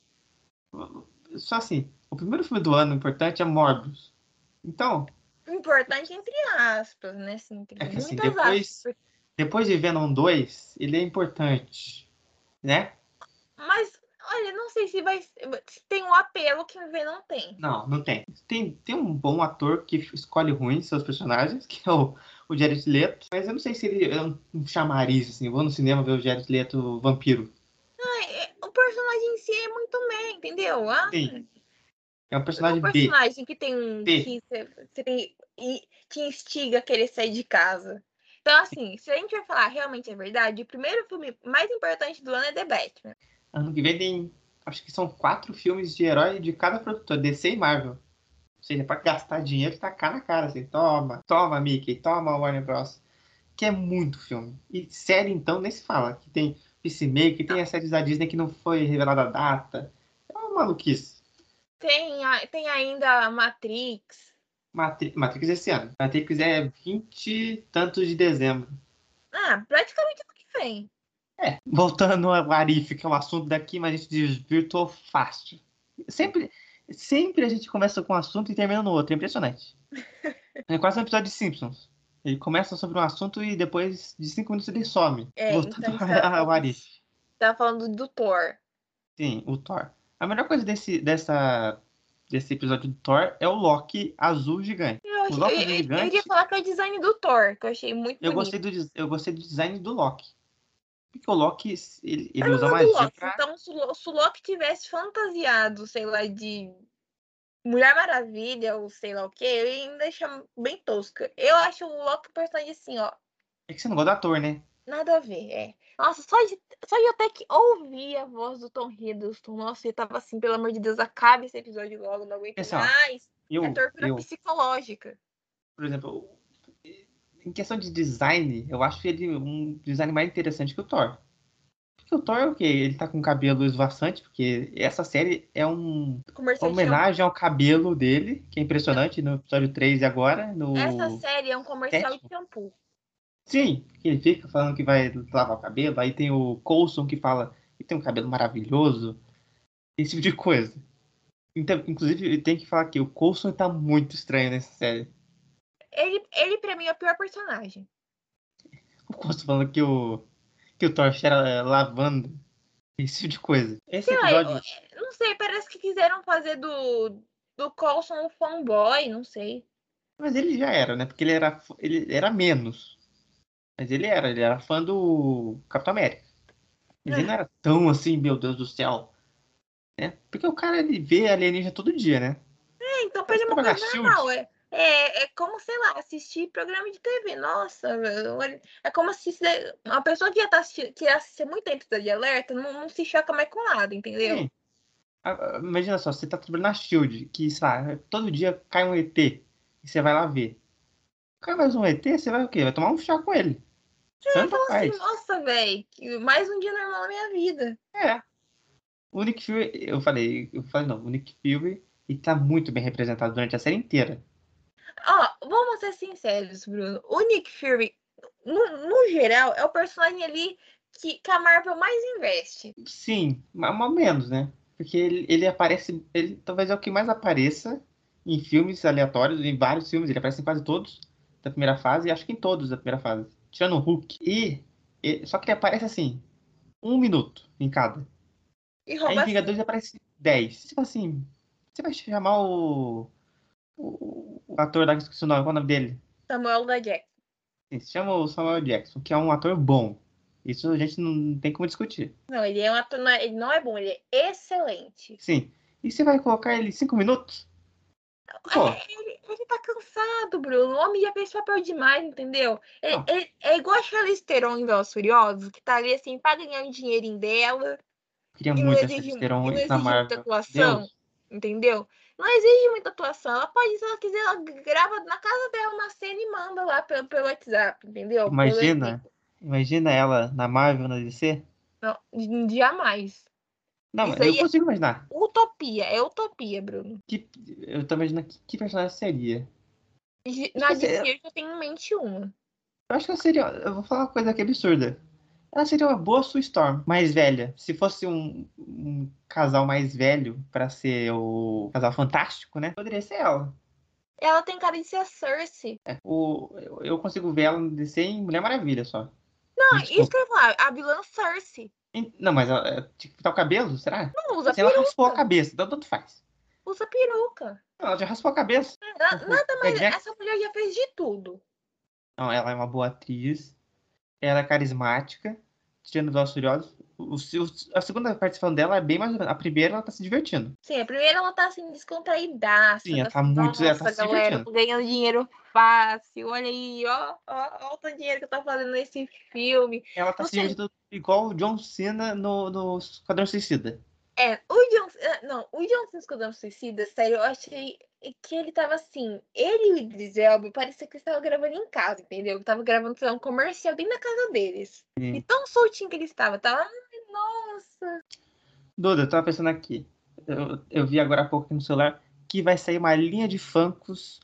Só assim, o primeiro filme do ano importante é Morbius. Então, Importante entre aspas, né? Assim, tem é que assim, muitas aspas. depois, depois de Venom dois, ele é importante, né? Mas, olha, não sei se vai. Se tem um apelo que o V não tem. Não, não tem. Tem, tem um bom ator que escolhe ruim seus personagens, que é o, o Jared Leto, mas eu não sei se ele é um, um chamariz, assim. Eu vou no cinema ver o Jared Leto vampiro. É, o personagem em si é muito bem, entendeu? Ah, Sim, é um é um personagem B. personagem que tem um. B. Que você tem. E te instiga a querer sair de casa. Então, assim, se a gente vai falar realmente a verdade, o primeiro filme mais importante do ano é The Batman. Ano que vem tem, acho que são quatro filmes de herói de cada produtor, D C e Marvel. Ou seja, pra gastar dinheiro e tacar na cara, assim. Toma, toma, Mickey, toma, Warner Bros. Que é muito filme. E série, então, nem se fala. Que tem Peacemaker, tem as séries da Disney que não foi revelada a data. É uma maluquice. Tem, a- tem ainda Matrix. Matri- Matrix esse ano. Matrix é vinte e tantos de dezembro. Ah, praticamente ano que vem. É, voltando ao Arif, que é o assunto daqui, mas a gente desvirtuou fácil. Sempre, sempre a gente começa com um assunto e termina no outro. É impressionante. É quase um episódio de Simpsons. Ele começa sobre um assunto e depois de cinco minutos ele some. É, Voltando então a gente tava ao falando, Arif. tava falando do Thor. Sim, o Thor. A melhor coisa desse, dessa, desse episódio do Thor é o Loki azul gigante. Eu, O achei- eu, Loki azul eu, eu iria gigante, falar que é o design do Thor, que eu achei muito eu bonito. gostei do, des- eu gostei do design do Loki. Porque o Loki, ele, Eu ele não usa gosto do magia Loki, pra... então se o Lo- se o Loki tivesse fantasiado, sei lá, de Mulher Maravilha ou sei lá o que, eu ia ainda achar bem tosca. Eu acho o Loki um personagem assim, ó, É que você não gosta do ator, né? nada a ver, é. Nossa, só de, só de eu até que ouvir a voz do Tom Hiddleston, nossa, eu tava assim, pelo amor de Deus, acabe esse episódio logo, não Porque aguento assim, ó, mais. É eu, tortura eu, psicológica. por exemplo, em questão de design, eu acho ele um design mais interessante que o Thor. Porque o Thor é o quê? Ele tá com o cabelo esvoaçante, porque essa série é um, uma Comercial de shampoo. homenagem ao cabelo dele, que é Não, impressionante, no episódio três e agora, essa no série é um comercial de sétimo. shampoo. Sim, que ele fica falando que vai lavar o cabelo, aí tem o Coulson que fala que tem um cabelo maravilhoso, esse tipo de coisa. Então, inclusive, ele tem que falar que o Coulson tá muito estranho nessa série. Ele, ele pra mim, é o pior personagem. O Coulson falando que o, que o Thor cheira lavanda, esse tipo de coisa. Esse Sei lá, eu, episódio, eu não sei, parece que quiseram fazer do, do Coulson um fanboy, não sei. mas ele já era, né? Porque ele era, ele era menos. Mas ele era, ele era fã do Capitão América. Mas ele não Ah, era tão assim, meu Deus do céu, né? Porque o cara ele vê alienígena todo dia, né? é, então pra Então, ele você é vai uma pegar coisa normal. Shield, É, é, é como, sei lá, assistir programa de T V. Nossa, eu- é como se se- uma pessoa que já tá assistindo, que assiste há muito tempo Cidade de Alerta, não, não se choca mais com nada, entendeu? sim. Ah, ah, imagina só, você tá trabalhando na Shield, que, sei lá, todo dia cai um E T, e você vai lá ver. Cai mais um E T, você vai o quê? Vai tomar um chá com ele. Você Tanto fala assim, faz. nossa, velho, mais um dia normal na minha vida. É. O Nick Fury, eu falei, eu falei não, o Nick Fury, ele tá muito bem representado durante a série inteira. Ó, vamos ser sinceros, Bruno. O Nick Fury, no, no geral, é o personagem ali que, que a Marvel mais investe. Sim, mais ou menos, né? Porque ele, ele aparece, ele talvez é o que mais apareça em filmes aleatórios, em vários filmes, ele aparece em quase todos da primeira fase, e acho que em todos da primeira fase, tirando o Hulk. E, e- só que ele aparece assim, um minuto em cada. E Aí em rouba assim. Vingadores aparece dez. Tipo assim, você vai chamar o, o, o ator lá, que eu esqueci o nome, qual é o nome dele? Samuel da Jackson. Sim, se chama o Samuel Jackson, que é um ator bom. Isso a gente não tem como discutir. Não, ele é um ator, não é- ele não é bom, ele é excelente. Sim. E você vai colocar ele cinco minutos? Pô, É, ele, ele tá cansado, Bruno. O homem já fez papel demais, entendeu? Ele, não. ele- é igual a Charlize Theron em Velozes e Furiosos, que tá ali assim pra ganhar um dinheirinho dela Queria e não muito a exige, Charlize Theron e não na exige muita Marvel. atuação, Deus. entendeu? Não exige muita atuação. Ela pode, se ela quiser, ela grava na casa dela uma cena e manda lá pelo, pelo WhatsApp, entendeu? Pelo Imagina. e-mail. Imagina ela na Marvel, na D C. Não, jamais. Não, Isso eu aí é consigo imaginar. utopia, é utopia, Bruno. Que, eu tô imaginando que, que personagem seria. De- Acho que Na eu, seria, D C eu tenho em mente uma. eu acho que eu seria. Eu vou falar uma coisa aqui absurda. Ela seria uma boa Sue Storm, mais velha. Se fosse um, um casal mais velho pra ser o casal fantástico, né? Poderia ser ela. Ela tem cara de ser a Cersei. É, o, eu, eu consigo ver ela no D C em Mulher Maravilha só. Não, isso Desculpa. que eu ia falar, a vilã Cersei. Em- Não, mas ela é, tinha que pintar o cabelo, será? Não, usa Se ela raspou a peruca. cabeça, então tanto faz. Usa peruca. Não, ela já raspou a cabeça. Na- O, o Nada Ted mais. Jackson. Essa mulher já fez de tudo. Não, ela é uma boa atriz. Ela é carismática. Tirando os Velozes e Furiosos. O, o- a segunda participação dela é bem mais ou menos. A primeira ela tá se divertindo. Sim, a primeira ela tá assim, descontraidaça. Sim, ela Tá tá assim, muito. Ela tá nossa, se galera, divertindo. tô ganhando dinheiro fácil. Olha aí, ó, ó, ó o tanto de dinheiro que eu tô fazendo nesse filme. Ela tá Não se sei. divertindo igual o John Cena no, no Esquadrão Suicida. É, o John. eh, Não, o John Cena Esquadrão Suicida, sério, eu achei que ele tava assim. Ele e o Idris Elba parecia que eles estavam gravando em casa, entendeu? Que tava gravando sei lá, um comercial dentro da casa deles. E Sim. tão soltinho que ele estava. Tava. Ai, nossa. Duda, eu tava pensando aqui. Eu, eu vi agora há pouco aqui no celular que vai sair uma linha de Funkos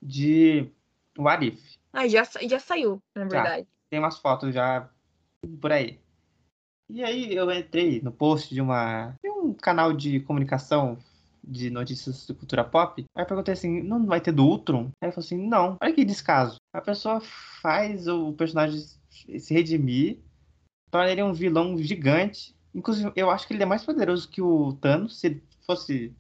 de What If. Ah, já, sa- já saiu, na Já. verdade. Tem umas fotos já por aí. E aí eu entrei no post de uma de um canal de comunicação de notícias de cultura pop. Aí eu perguntei assim, não vai ter do Ultron? Aí ele falou assim, não. Olha que descaso. A pessoa faz o personagem se redimir, torna ele um vilão gigante. Inclusive, eu acho que ele é mais poderoso que o Thanos. Se ele fosse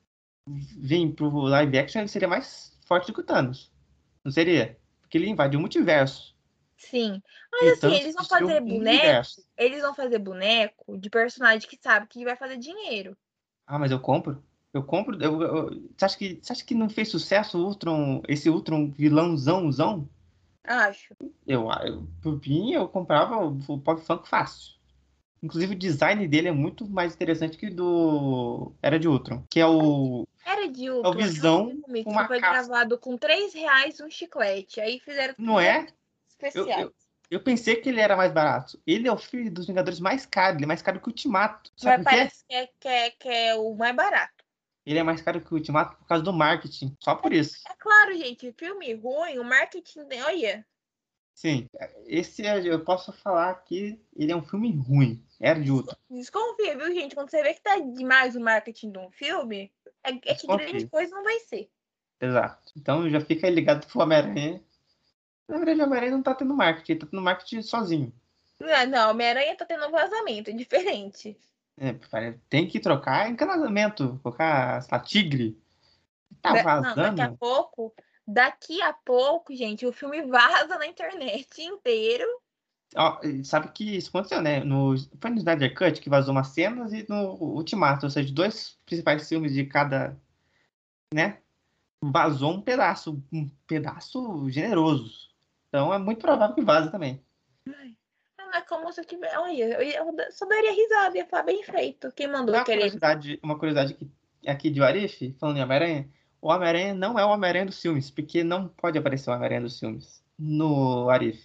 vir pro live action, ele seria mais forte do que o Thanos. Não seria? Porque ele invadiu o multiverso. Sim. E Mas o assim, Thanos eles vão destruiu fazer um boneco, universo. eles vão fazer boneco de personagem que sabe que vai fazer dinheiro. Ah, mas eu compro. Eu compro. Eu, eu- você acha que, você acha que não fez sucesso o Ultron, esse Ultron vilãozãozão? Acho. Eu, eu, por mim, eu comprava o, o Pop Funk fácil. Inclusive, o design dele é muito mais interessante que o do Era de Ultron, que é o, Era de é o Ultron, é um Visão filme com que uma foi casca. gravado com três reais um chiclete. Aí fizeram Não tudo é? Eu, especiais. eu, eu pensei que ele era mais barato. Ele é o filme dos Vingadores mais caro. Ele é mais caro que o Ultimato. Sabe Mas por quê? parece que é, que, é, que é o mais barato. Ele é mais caro que o Ultimato por causa do marketing. Só por isso. É claro, gente, filme ruim, o marketing, olha, Sim, esse é- eu posso falar que ele é um filme ruim. Era de desco- Ultron. desconfia, viu, gente? Quando você vê que tá demais o marketing de um filme, é, é que grande Desconfio. coisa não vai ser. Exato. Então já fica aí ligado pro Homem-Aranha. Na verdade, o Homem-Aranha não tá tendo marketing, ele tá tendo marketing sozinho. Não, não, Homem-Aranha tá tendo um vazamento, é diferente. É, cara, tem que trocar encanamento, colocar, sei lá, tigre. Tá Da- não, daqui a vazando. pouco, daqui a pouco, gente, o filme vaza na internet inteiro. Ó, sabe que isso aconteceu, né? No, foi no Snyder Cut que vazou umas cenas e no Ultimato, ou seja, dois principais filmes de cada, né? Vazou um pedaço, um pedaço generoso. Então é muito provável que vaze também. Ai, não é como se eu tivesse. Olha, eu, ia- eu só daria risada, ia falar bem feito. Quem mandou Dá uma querer? curiosidade, uma curiosidade aqui, aqui de Arif, falando em Homem-Aranha. O Homem-Aranha não é o Homem-Aranha dos filmes, porque não pode aparecer o Homem-Aranha dos filmes no Arif.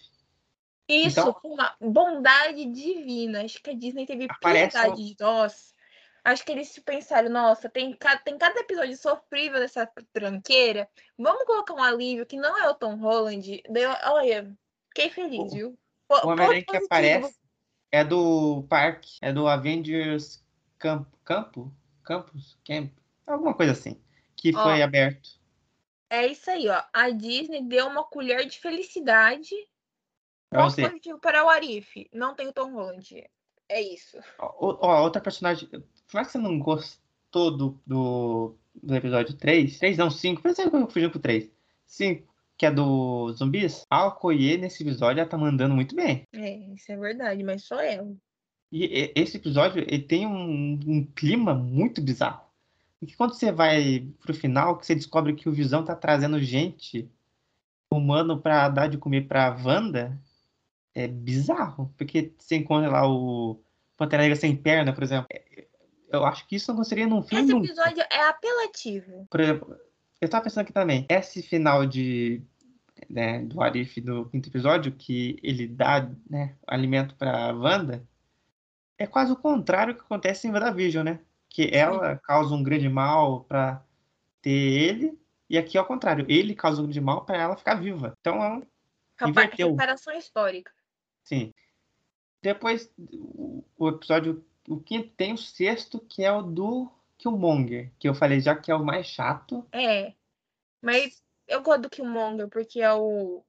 Isso, Então, por uma bondade divina. Acho que a Disney teve aparece o. piedade de nós. Acho que eles se pensaram, nossa, tem, ca- tem cada episódio sofrível dessa tranqueira. Vamos colocar um alívio que não é o Tom Holland. Deu, olha, fiquei feliz, O viu? o Po- Ponto Homem-Aranha que positivo. aparece é do parque, é do Avengers Camp, Campo? Campus? Camp? Alguma coisa assim. Que foi Ó, aberto. é isso aí, ó. A Disney deu uma colher de felicidade. Pra Ponto você. positivo para o Arif. Não tem o Tom Holland. É isso. Ó, ó, outra personagem. Por mais que você não gostou do, do, do episódio três, três não, cinco, por exemplo, eu fugi pro três. cinco, que é do zumbis, a Okoye nesse episódio ela tá mandando muito bem. É, isso é verdade, mas só ela. E, e- esse episódio ele tem um, um clima muito bizarro. Porque quando você vai pro final, que você descobre que o Visão tá trazendo gente humano pra dar de comer pra Wanda, é bizarro. Porque você encontra lá o Pantera Negra sem perna, por exemplo. Eu acho que isso não seria num filme Esse nunca. episódio é apelativo. Por exemplo, eu tava pensando aqui também, esse final de, né, do Arif do quinto episódio, que ele dá, né, alimento pra Wanda, é quase o contrário do que acontece em WandaVision, né? Que Sim. ela causa um grande mal pra ter ele, e aqui é o contrário, ele causa um grande mal pra ela ficar viva. Então, Rapa- inverteu, Reparação histórica. sim. Depois, o, o episódio, o quinto tem o sexto, que é o do Killmonger, que eu falei já que é o mais chato. É, mas eu gosto do Killmonger porque é o,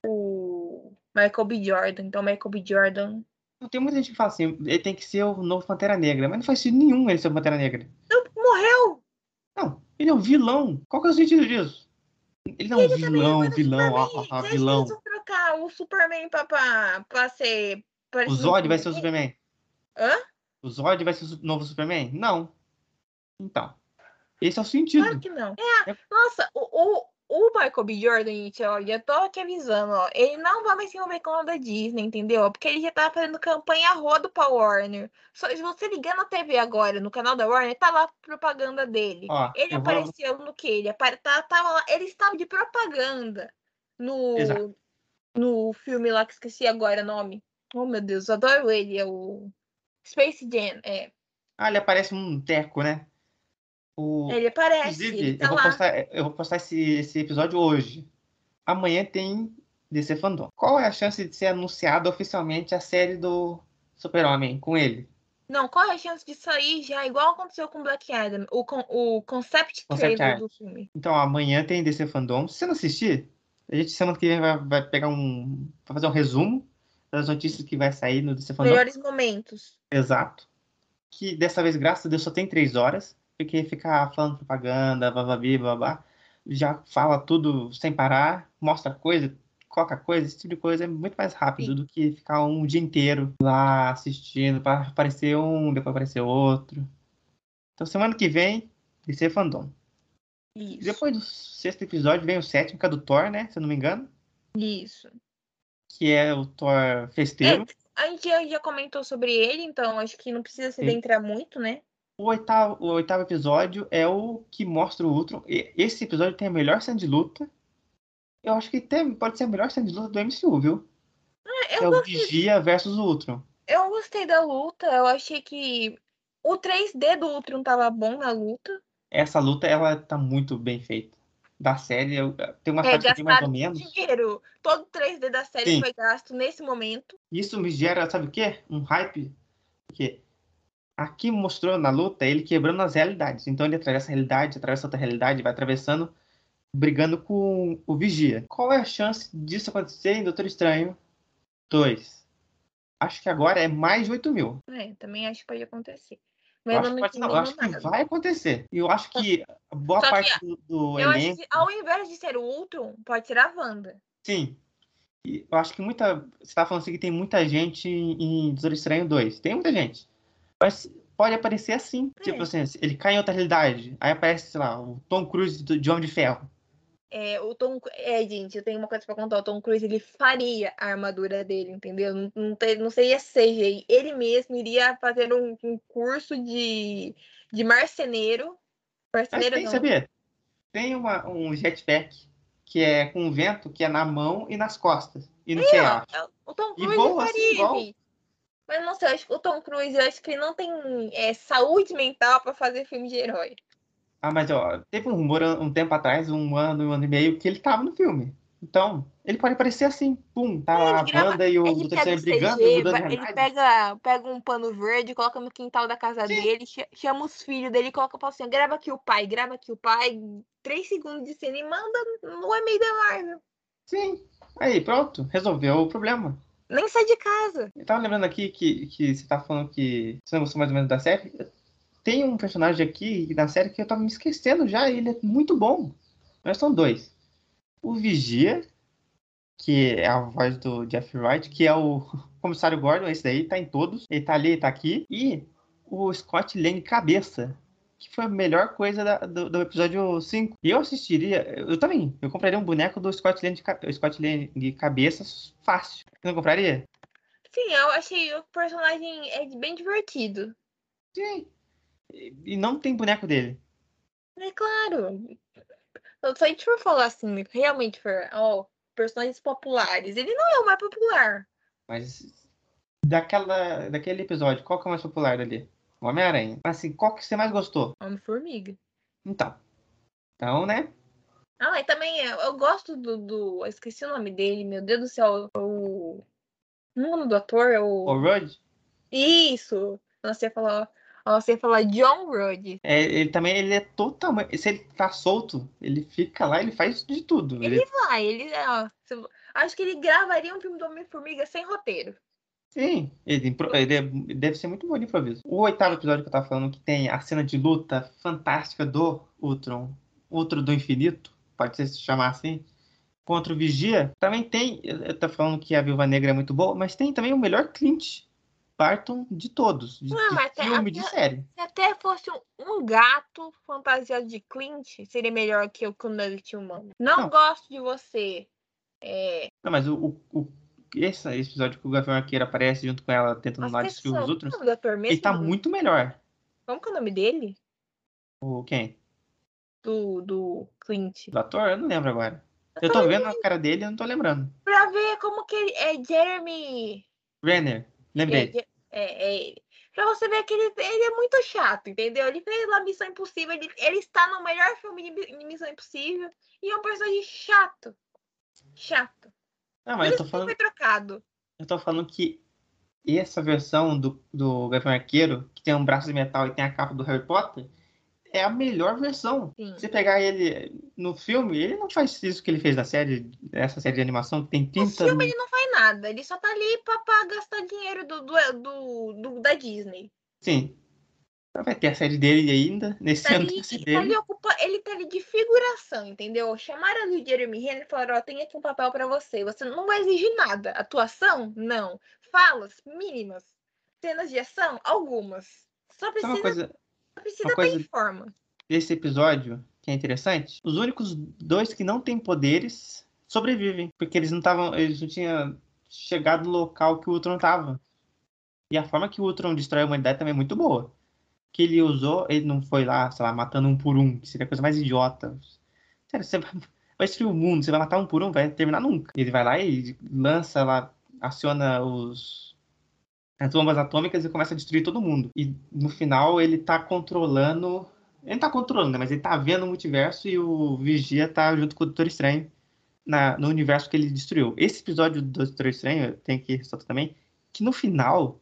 o Michael B. Jordan. Então, Michael B. Jordan Não tem muita gente que fala assim, ele tem que ser o novo Pantera Negra, mas não faz sentido nenhum ele ser o Pantera Negra. não, morreu! Não, ele é um vilão. Qual que é o sentido disso? Ele não é E um ele também é vilão, fã do vilão, ah, Superman. ah, ah, Você acha que eles vilão. vão trocar o Superman pra, pra, pra ser O parecido com o Zod vai ser o Superman? Superman. Hã? O Zod vai ser o su- novo Superman? Não. Então, esse é o Claro sentido. que não. É- Nossa, o, o, o Michael B. Jordan, gente, ó, já tô aqui avisando, ó, ele não vai mais se envolver com a da Disney, entendeu? Porque ele já tá fazendo campanha a rodo pra Warner. Só se você ligar na T V agora, no canal da Warner, tá lá a propaganda dele. Ó, Ele eu vou. apareceu no que? Ele apare... tá, tava lá, ele estava de propaganda Exato. no, no filme lá que esqueci agora o nome. Oh, meu Deus, eu adoro ele, é o Space Jam, é. Ah, ele aparece um teco, né? O... Ele aparece, ele Inclusive, eu tá vou lá. postar, eu vou postar esse, esse episódio hoje. Amanhã tem D C Fandom. Qual é a chance de ser anunciada oficialmente a série do Super-Homem com ele? Não, qual é a chance de sair já igual aconteceu com Black Adam, o, con o concept, Concept trailer art. do filme? Então, amanhã tem D C Fandom. Se você não assistir, a gente semana que vem vai, vai pegar um. Vai fazer um resumo das notícias que vai sair no D C Fandom. Melhores momentos. Exato. Que dessa vez, graças a Deus, só tem três horas. Porque ficar falando propaganda, bababi, babá, já fala tudo sem parar, mostra coisa, coloca coisa, esse tipo de coisa é muito mais rápido Sim. do que ficar um dia inteiro lá assistindo para aparecer um, depois aparecer outro. Então, semana que vem, D C Fandom. Isso. Depois do sexto episódio vem o sétimo, que é do Thor, né? Se eu não me engano. Isso. Que é o Thor É, festeiro. a gente já, já comentou sobre ele, então acho que não precisa se Sim. adentrar muito, né? O oitavo, o oitavo episódio é o que mostra o Ultron. E esse episódio tem a melhor cena de luta. Eu acho que tem, pode ser a melhor cena de luta do M C U, viu? É, Que Eu é o gostei, Vigia versus o Ultron. eu gostei da luta, eu achei que o três D do Ultron tava bom na luta. Essa luta, ela tá muito bem feita. Da série, eu- tem umas É, partes que eu tenho mais ou gastaram menos. dinheiro. Todo três D da série Sim, foi gasto nesse momento. isso me gera, sabe o quê? Um hype. Porque aqui mostrou na luta ele quebrando as realidades. Então ele atravessa a realidade, atravessa outra realidade, vai atravessando, brigando com o Vigia. Qual é a chance disso acontecer em Doutor Estranho dois? Acho que agora é mais de oito mil. É, também acho que pode acontecer. Eu Mas eu acho não que pode, não, eu entendendo acho que nada. vai acontecer. E eu acho que boa Só que parte do, do eu acho que elenco, ao invés de ser o Ultron, pode ser a Wanda. sim. E eu acho que muita. Você tá falando assim que tem muita gente em em Doutor Estranho dois. Tem muita gente. Mas pode aparecer assim. Tipo É. assim, ele cai em outra realidade. Aí aparece, sei lá, o Tom Cruise do- de Homem de Ferro. É, o Tom, é, gente, eu tenho uma coisa pra contar. O Tom Cruise, ele faria a armadura dele, entendeu? Não, não, ter- não seria C G I. Ele mesmo iria fazer um, um curso de, de marceneiro. Mas Marceneiro tem, não. sabia? Tem uma, um jetpack que é com vento que é na mão e nas costas. E no Aí, ó, penhasco. é, o Tom E Cruise voa assim faria, igual. gente. Mas não sei, eu acho que o Tom Cruise, eu acho que ele não tem é, saúde mental pra fazer filme de herói. Ah, mas ó, teve um rumor um tempo atrás, um ano, um ano e meio, que ele tava no filme. Então, ele pode aparecer assim, pum, tá lá Ele a grava, Wanda e o ele Doutor pega o Estranho brigando, C G, mudando de vai- ele realidade. pega, pega um pano verde, coloca no quintal da casa Sim, dele, cha- chama os filhos dele, coloca fala assim, grava aqui o pai, grava aqui o pai, três segundos de cena e manda no e-mail da Marvel. sim. Aí, pronto, resolveu o problema. Nem sai de casa. Eu tava lembrando aqui que, que você tá falando que você não gostou mais ou menos da série. Tem um personagem aqui da série que eu tava me esquecendo já, e ele é muito bom. Mas são dois. O Vigia, que é a voz do Jeff Wright, que é o comissário Gordon, esse daí tá em todos. Ele tá ali, ele tá aqui. E o Scott Lang Cabeça, que foi a melhor coisa da- do, do episódio cinco. E eu assistiria, eu também, eu compraria um boneco do Scott Lang, ca- Scott Lang Cabeça fácil. Você não compraria? Sim, eu achei o personagem é bem divertido. Sim. E e não tem boneco dele. É claro. Se a gente for falar assim, realmente for, ó, personagens populares, ele não é o mais popular. Mas daquela, daquele episódio, qual que é o mais popular ali? O Homem-Aranha. Assim, qual que você mais gostou? Homem-Formiga. Então, então, né? Ah, e também eu, eu gosto do, do. Eu esqueci o nome dele, meu Deus do céu. O, o nome do ator é O o. Rudd, Isso! Eu sei falar. Eu sei falar John Rudd. é, ele também ele é totalmente. Se ele tá solto, ele fica lá, ele faz de tudo. Ele Ele, vai, ele. Ó, se- acho que ele gravaria um filme do Homem-Formiga sem roteiro. sim, ele, impro- ele é- deve ser muito bom de improviso. O oitavo episódio que eu tava falando, que tem a cena de luta fantástica do Ultron, Ultron do Infinito, pode ser se chamar assim, contra o Vigia, também tem. Eu tô falando que a Viúva Negra é muito boa, mas tem também o melhor Clint Barton de todos, de, Ué, de mas até, filme, de até- série. se até fosse um, um gato fantasiado de Clint, seria melhor que o Nugget humano. Não Não, gosto de você. É, não, mas o, o, o- esse episódio que o Gavião Arqueiro aparece junto com ela tentando nossa, lá que destruir os são. Qual é o outros, nome do ator ele mesmo? tá Do, muito melhor. como que é o nome dele? O quem? Do, do Clint. Do ator? Eu não lembro agora. Eu Eu tô tô vendo a cara dele e eu não tô lembrando. pra ver como que ele é Jeremy. Renner, É, lembrei. Je- é, é ele. Pra você ver que ele, ele é muito chato, entendeu? Ele fez lá Missão Impossível, ele, ele está no melhor filme de, Mi- de Missão Impossível e é um personagem chato. Chato. Não, Por mas eu tô isso que ele foi falando, trocado. eu tô falando que E essa versão do, do Gavião Arqueiro, que tem um braço de metal e tem a capa do Harry Potter, é a melhor versão. Sim. Se pegar ele no filme, ele não faz isso que ele fez na série, essa série de animação, que tem No trinta... filme ele não faz nada, ele só tá ali pra, pra gastar dinheiro do, do, do, do- da Disney. Sim. Vai ter a série dele ainda. Nesse Tá ano tem ali, a série tá ali dele. ocupa, ele tá ali de figuração, entendeu? Chamaram ali o Jeremy Renner e falaram, ó, tem aqui um papel pra você. Você não vai exigir nada. Atuação? Não. Falas? Mínimas. Cenas de ação? Algumas. Só Sabe uma precisa, coisa, só uma precisa estar em coisa forma. desse episódio que é interessante? Os únicos dois que não têm poderes sobrevivem. Porque eles não estavam. Eles não tinham chegado no local que o Ultron tava. E a forma que o Ultron destrói a humanidade também é muito boa. Que ele usou, ele não foi lá, sei lá, matando um por um, que seria a coisa mais idiota. Sério, você vai, vai destruir o mundo, você vai matar um por um, vai terminar nunca. Ele vai lá e lança lá, aciona os, as bombas atômicas e começa a destruir todo mundo. E no final ele tá controlando. Ele não tá controlando, né? Mas ele tá vendo o multiverso e o Vigia tá junto com o Doutor Estranho na, no universo que ele destruiu. Esse episódio do Doutor Estranho, tem que ressaltar também, que no final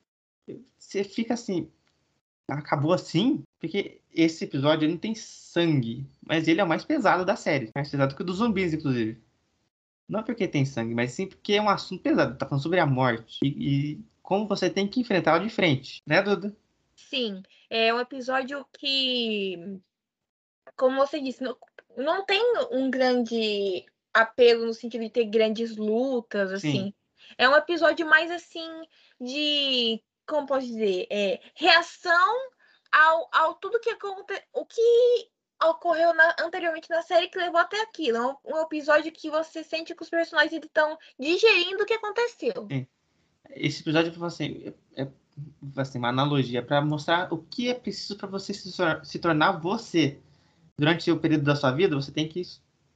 você fica assim, acabou assim, porque esse episódio ele não tem sangue, mas ele é o mais pesado da série. Mais pesado que o dos zumbis, inclusive. Não porque tem sangue, mas sim porque é um assunto pesado. Tá falando sobre a morte. E, e como você tem que enfrentá-la de frente. Né, Duda? Sim, é um episódio que, como você disse, não, não tem um grande apelo no sentido de ter grandes lutas, Sim. assim. É um episódio mais assim de, como posso dizer, é, reação ao, ao tudo que aconte, o que ocorreu na- anteriormente na série que levou até aquilo. É um, um episódio que você sente que os personagens estão digerindo o que aconteceu. Sim. Esse episódio foi assim, é, é assim, uma analogia para mostrar o que é preciso para você se, tor- se tornar você. Durante o período da sua vida, você tem que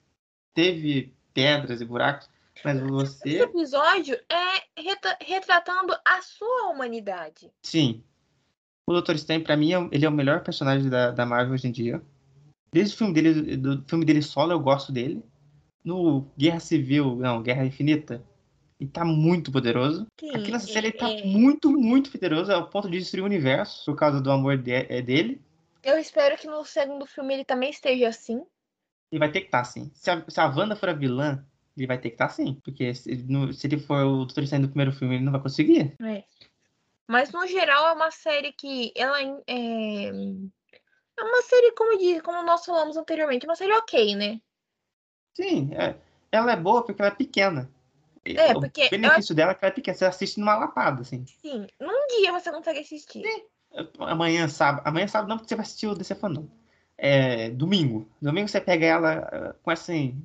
teve pedras e buracos, mas Esse você, episódio é reta- retratando a sua humanidade. sim. O Doutor Estranho, pra mim, é o- ele é o melhor personagem da, da Marvel hoje em dia. Desde o filme dele, do filme dele solo, eu gosto dele. No Guerra Civil, não, Guerra Infinita, ele tá muito poderoso. Aqui Sim, nessa série ele tá é, é, muito, muito poderoso, ao ponto de destruir o universo, por causa do amor de- é dele. eu espero que no segundo filme ele também esteja assim. Ele vai ter que estar assim. Se a, se a Wanda for a vilã, ele vai ter que estar assim. Porque se, ele não- se ele for o Doutor Estranho do primeiro filme, ele não vai conseguir. É. Mas no geral é uma série que ela é, é uma série, como diz, como nós falamos anteriormente, uma série ok, né? Sim, é, ela é boa porque ela é pequena. E É, o porque eu benefício dela é que ela é pequena. Você assiste numa lapada, assim. assim, num dia você consegue assistir. Sim. Amanhã, sábado. Amanhã, sábado, não, porque você vai assistir o D C Fandom. É, domingo. Domingo você pega ela eh, com assim,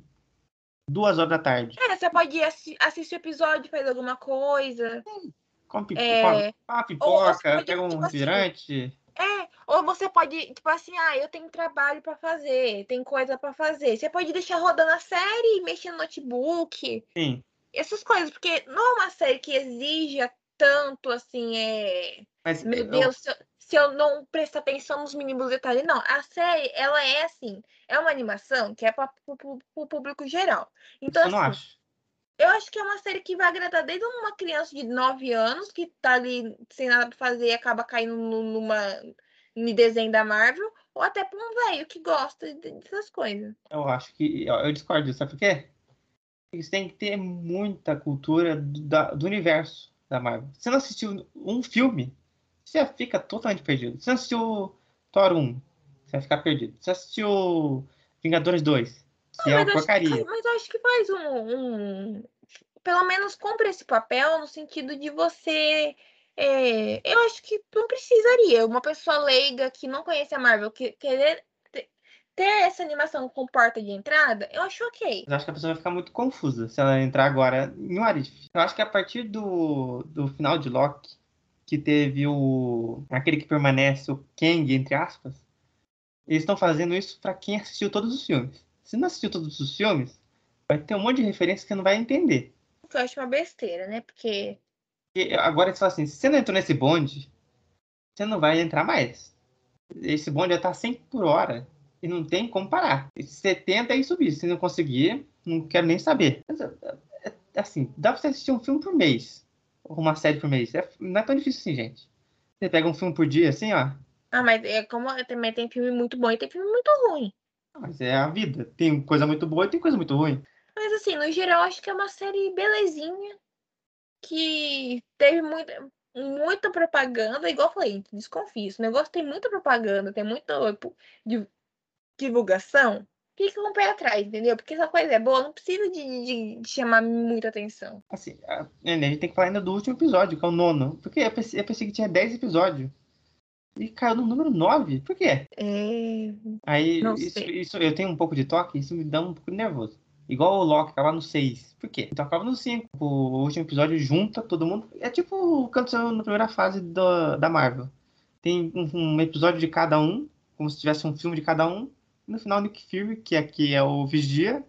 duas horas da tarde. É, você pode assi- assistir o episódio, faz alguma coisa. Come pipo- come É, uma ou, ou você pipoca, pode, pega um tipo assim, refrigerante. é, ou você pode, tipo assim, ah, eu tenho trabalho pra fazer, tem coisa pra fazer. Você pode deixar rodando a série, mexer no notebook, Sim. essas coisas, porque não é uma série que exija tanto assim, é. Mas Meu eh, eu, Deus, se eu, se eu não prestar atenção nos mínimos detalhes. Não, a série, ela é assim, é uma animação que é para o público geral. Então, isso eu não assim, acho. eu acho que é uma série que vai agradar desde uma criança de nove anos que tá ali sem nada pra fazer e acaba caindo nu- numa no desenho da Marvel, ou até pra um velho que gosta de- dessas coisas. Eu acho que. Eu, eu discordo disso, sabe por quê? Eles têm que ter muita cultura do, da- do universo da Marvel. Se você não assistiu um filme, você já fica totalmente perdido. Se você não assistiu Thor um, você vai ficar perdido. Se você assistiu Vingadores dois, que Ah, é mas uma acho que faz, porcaria. mas acho que faz um, um- pelo menos cumpre esse papel no sentido de você. É, eu acho que não precisaria. Uma pessoa leiga que não conhece a Marvel que querer te- ter essa animação com porta de entrada, eu acho ok. Mas eu acho que a pessoa vai ficar muito confusa se ela entrar agora em Warif. Eu acho que a partir do, do final de Loki, que teve o aquele que permanece, o Kang, entre aspas, eles estão fazendo isso para quem assistiu todos os filmes. Se não assistiu todos os filmes, vai ter um monte de referência que você não vai entender. O que eu acho uma besteira, né? Porque. E agora eles falam assim, se você não entrou nesse bonde, você não vai entrar mais. Esse bonde já tá cem por hora e não tem como parar. E se você tenta aí subir, se não conseguir, não quero nem saber. Mas, é, é, assim, dá pra você assistir um filme por mês. uma série por mês. É, não é tão difícil assim, gente. Você pega um filme por dia, assim, ó. Ah, mas é como também tem filme muito bom e tem filme muito ruim. Mas é a vida. Tem coisa muito boa e tem coisa muito ruim. Mas assim, no geral, acho que é uma série belezinha, que teve muita, muita propaganda, igual eu falei, desconfio. Se o negócio tem muita propaganda, tem muita di- divulgação, fica com o pé atrás, entendeu? Porque essa coisa é boa, não precisa de, de- de chamar muita atenção. Assim, a, a gente tem que falar ainda do último episódio, que é o nono. Porque eu pensei, eu pensei que tinha dez episódios. E caiu no número nove. Por quê? É... Aí, Não isso, sei. isso, eu tenho um pouco de toque, isso me dá um pouco de nervoso. Igual o Loki, acaba no seis. Por quê? Então acaba no cinco. O último episódio junta todo mundo. É tipo o que aconteceu na primeira fase do, da Marvel. Tem um, um episódio de cada um, como se tivesse um filme de cada um. E no final, o Nick Fury, que aqui é o Vigia,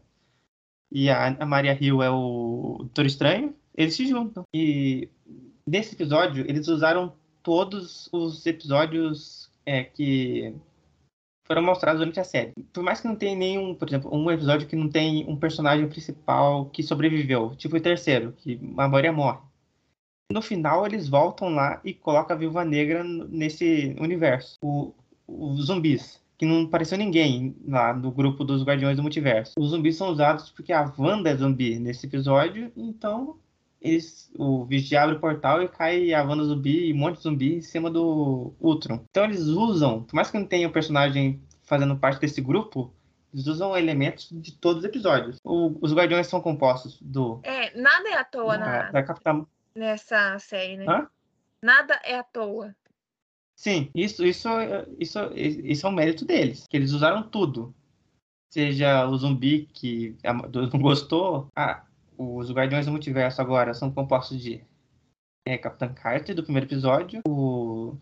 e a, a Maria Hill é o Doutor Estranho, eles se juntam. E nesse episódio, eles usaram todos os episódios é, que foram mostrados durante a série. Por mais que não tenha nenhum, por exemplo, um episódio que não tem um personagem principal que sobreviveu, tipo o terceiro, que a maioria morre. No final, eles voltam lá e colocam a Viúva Negra nesse universo. O, os zumbis, que não apareceu ninguém lá no grupo dos Guardiões do Multiverso. Os zumbis são usados porque a Wanda é zumbi nesse episódio, então eles, o Vigia abre o portal e cai a Wanda zumbi e um monte de zumbi em cima do Ultron. Então eles usam, por mais que não tenha o personagem fazendo parte desse grupo, eles usam elementos de todos os episódios. O, os Guardiões são compostos do É, nada é à toa da, na, da Capitã. nessa série, né? Hã? Nada é à toa. Sim, isso, isso, isso, isso é um mérito deles, que eles usaram tudo. Seja o zumbi que a- não gostou, ah, os Guardiões do Multiverso agora são compostos de é, Capitã Carter, do primeiro episódio, o,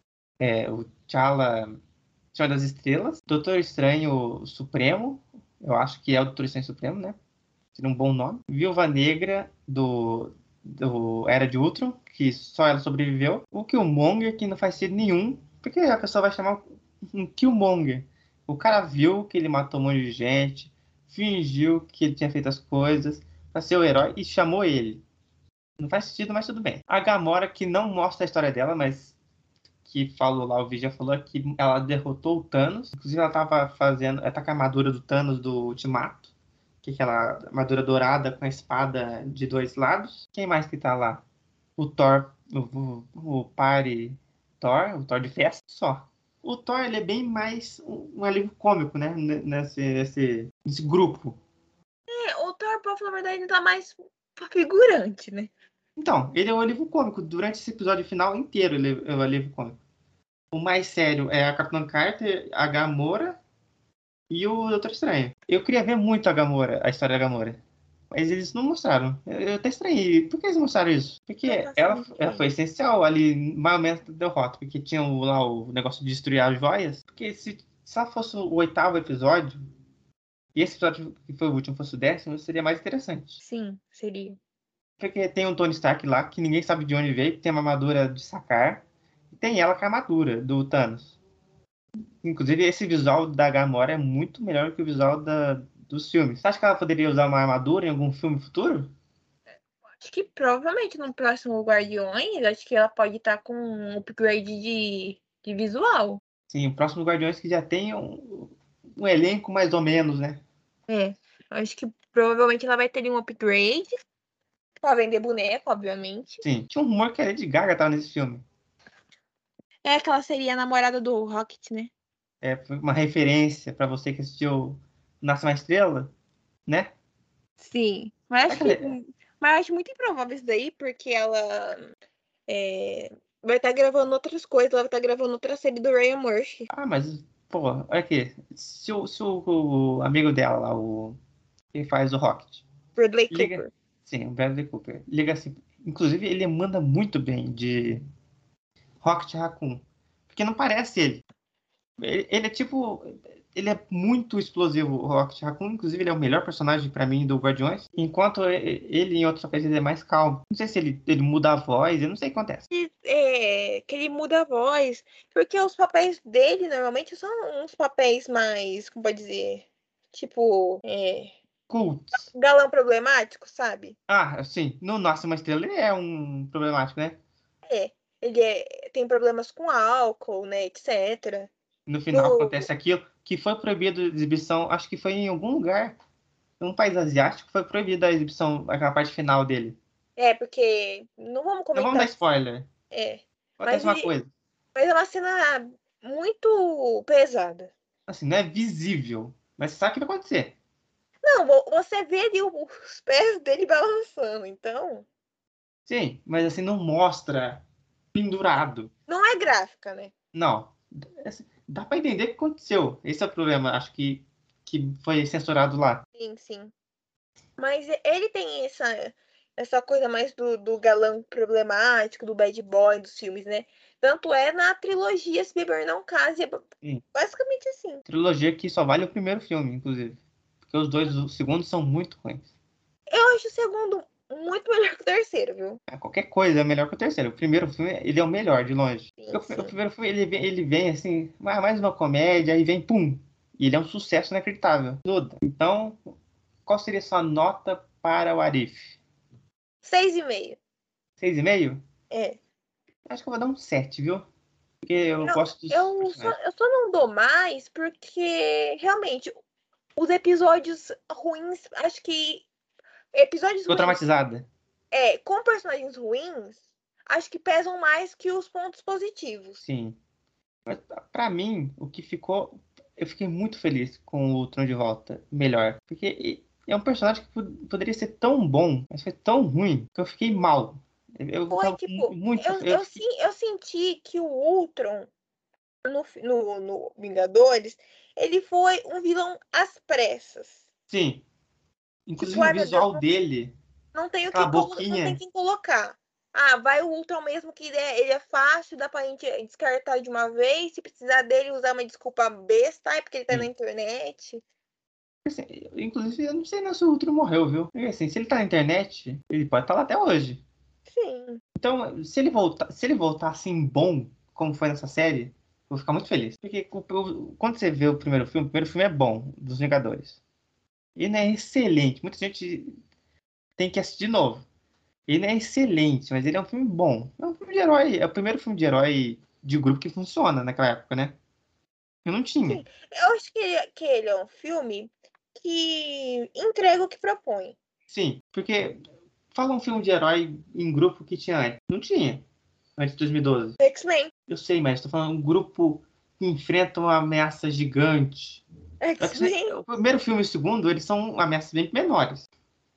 é, o T'Challa, Senhor das Estrelas, Doutor Estranho Supremo, eu acho que é o Doutor Estranho Supremo, né? Seria um bom nome. Viúva Negra, do, do Era de Ultron, que só ela sobreviveu. O Killmonger, que não faz sentido nenhum, porque a pessoa vai chamar um Killmonger. O cara viu que ele matou um monte de gente, fingiu que ele tinha feito as coisas pra ser o herói e chamou ele. Não faz sentido, mas tudo bem. A Gamora, que não mostra a história dela, mas que falou lá, o vídeo já falou que ela derrotou o Thanos. Inclusive, ela tava fazendo. Ela tá com a armadura do Thanos do Ultimato. Que é aquela armadura dourada com a espada de dois lados. Quem mais que tá lá? O Thor, o, o, o Pare Thor, o Thor de festa, só. O Thor, ele é bem mais um, um alívio cômico, né? Nesse, nesse, nesse grupo. É, o Thor, pra falar a verdade, tá mais figurante, né? Então, ele é o alívio cômico. Durante esse episódio final inteiro, ele é o alívio cômico. O mais sério é a Capitã Carter, a Gamora e o Doutor Estranho. Eu queria ver muito a Gamora, a história da Gamora. Mas eles não mostraram. Eu, eu até estranhei. Por que eles mostraram isso? Não Porque faço ela, muita ela foi ideia. essencial ali, mais ou menos, da derrota. Porque tinha o- lá o negócio de destruir as joias. Porque se só fosse o oitavo episódio, e esse episódio que foi o último fosse o décimo, seria mais interessante. Sim, seria. Porque tem um Tony Stark lá, que ninguém sabe de onde veio, que tem uma armadura de sacar. E tem ela com a armadura do Thanos. Inclusive, esse visual da Gamora é muito melhor que o visual da, dos filmes. Você acha que ela poderia usar uma armadura em algum filme futuro? Acho que provavelmente no próximo Guardiões, acho que ela pode estar com um upgrade de, de visual. Sim, o próximo Guardiões que já tem um, um elenco mais ou menos, né? É. Acho que provavelmente ela vai ter um upgrade pra vender boneco, obviamente. Sim, tinha um rumor que a Lady Gaga tava nesse filme. É que ela seria a namorada do Rocket, né? É, foi uma referência pra você que assistiu Nasce uma Estrela, né? Sim. Mas Será acho que que. ela... Mas acho muito improvável isso daí, porque ela é, vai estar gravando outras coisas, ela vai estar gravando outra série do Ryan Murphy. Ah, mas, pô, olha aqui. Se o, se o, o amigo dela lá, o que faz o Rocket, Bradley liga... Cooper. Sim, o Bradley Cooper. Liga assim... Inclusive, ele manda muito bem de Rocket Raccoon. Porque não parece ele. Ele, ele é tipo. Ele é muito explosivo, o Rocket Raccoon. Inclusive, ele é o melhor personagem pra mim do Guardiões. Enquanto ele, em outros papéis, ele é mais calmo. Não sei se ele, ele muda a voz, eu não sei o que acontece. E, é, que ele muda a voz, porque os papéis dele normalmente são uns papéis mais, como pode dizer, tipo, é, cults. Galã problemático, sabe? Ah, sim. No Nasce uma Estrela ele é um problemático, né? É. Ele é, tem problemas com álcool, né, etcétera. No final No, acontece aquilo que foi proibido de exibição, acho que foi em algum lugar, em um país asiático, foi proibida a exibição, aquela parte final dele. é, porque. Não vamos Não vamos dar comentar. spoiler. É. Mas, Acontece uma ele, coisa, mas é uma cena muito pesada. assim, não é visível, mas você sabe o que vai acontecer. Não, vo- você vê ali o- os pés dele balançando, então. Sim, mas assim, não mostra pendurado. Não é gráfica, né? Não. Assim, dá pra entender o que aconteceu. Esse é o problema, acho que, que foi censurado lá. Sim, sim. Mas ele tem essa, essa coisa mais do, do galã problemático, do bad boy dos filmes, né? Tanto é na trilogia Se Beber Não Case, é Sim. basicamente assim. Trilogia que só vale o primeiro filme, inclusive. Porque os dois, os segundos são muito ruins. Eu acho o segundo muito melhor que o terceiro, viu? É, qualquer coisa é melhor que o terceiro. O primeiro filme, ele é o melhor, de longe. Porque Sim, o, pri- o sim. primeiro filme, ele vem, ele vem assim, mais mais uma comédia, aí vem, pum. E ele é um sucesso inacreditável. Toda. Então, qual seria a sua nota para o Arif? Seis e meio. Seis e meio? É. Acho que eu vou dar um sete, viu? Porque eu Eu, gosto dos eu, só, personagens. eu só não dou mais porque, realmente, os episódios ruins, acho que episódios Ficou ruins, traumatizada? é, com personagens ruins, acho que pesam mais que os pontos positivos. Sim. Mas pra mim, o que ficou. Eu fiquei muito feliz com o Tron de Volta. Melhor. Porque é um personagem que pod- poderia ser tão bom, mas foi tão ruim que eu fiquei mal. Eu eu Foi tava com mu- tipo, muito. eu, Eu eu, fiquei, sim- eu senti que o Ultron no, fi- no, no Vingadores, ele foi um vilão às pressas. sim. Tipo, Inclusive o ai meu Deus, visual não, dele, não tem o aquela que colo- não tem boquinha. quem colocar. Ah, vai o Ultron mesmo que ele é, ele é fácil, dá pra gente descartar de uma vez. Se precisar dele, usar uma desculpa besta, ai, porque ele tá na Sim. internet. Assim, inclusive, eu não sei nem se o Ultron morreu, viu? Porque assim, se ele tá na internet, ele pode estar lá até hoje. Sim. Então, se ele voltar, se ele voltar assim bom, como foi nessa série, eu vou ficar muito feliz. Porque o- o- quando você vê o primeiro filme, o primeiro filme é bom, dos Vingadores. Ele é excelente. Muita gente tem que assistir de novo. Ele é excelente, mas ele é um filme bom. É um filme de herói. É o primeiro filme de herói de grupo que funciona naquela época, né? Eu não tinha. Sim, eu acho que ele, que ele é um filme que entrega o que propõe. Sim, porque fala um filme de herói em grupo que tinha antes. Não tinha, antes de dois mil e doze. X-Men. Eu sei, mas estou falando um grupo que enfrenta uma ameaça gigante. O X-Men- X-Men. o primeiro filme e o segundo, eles são ameaças bem menores.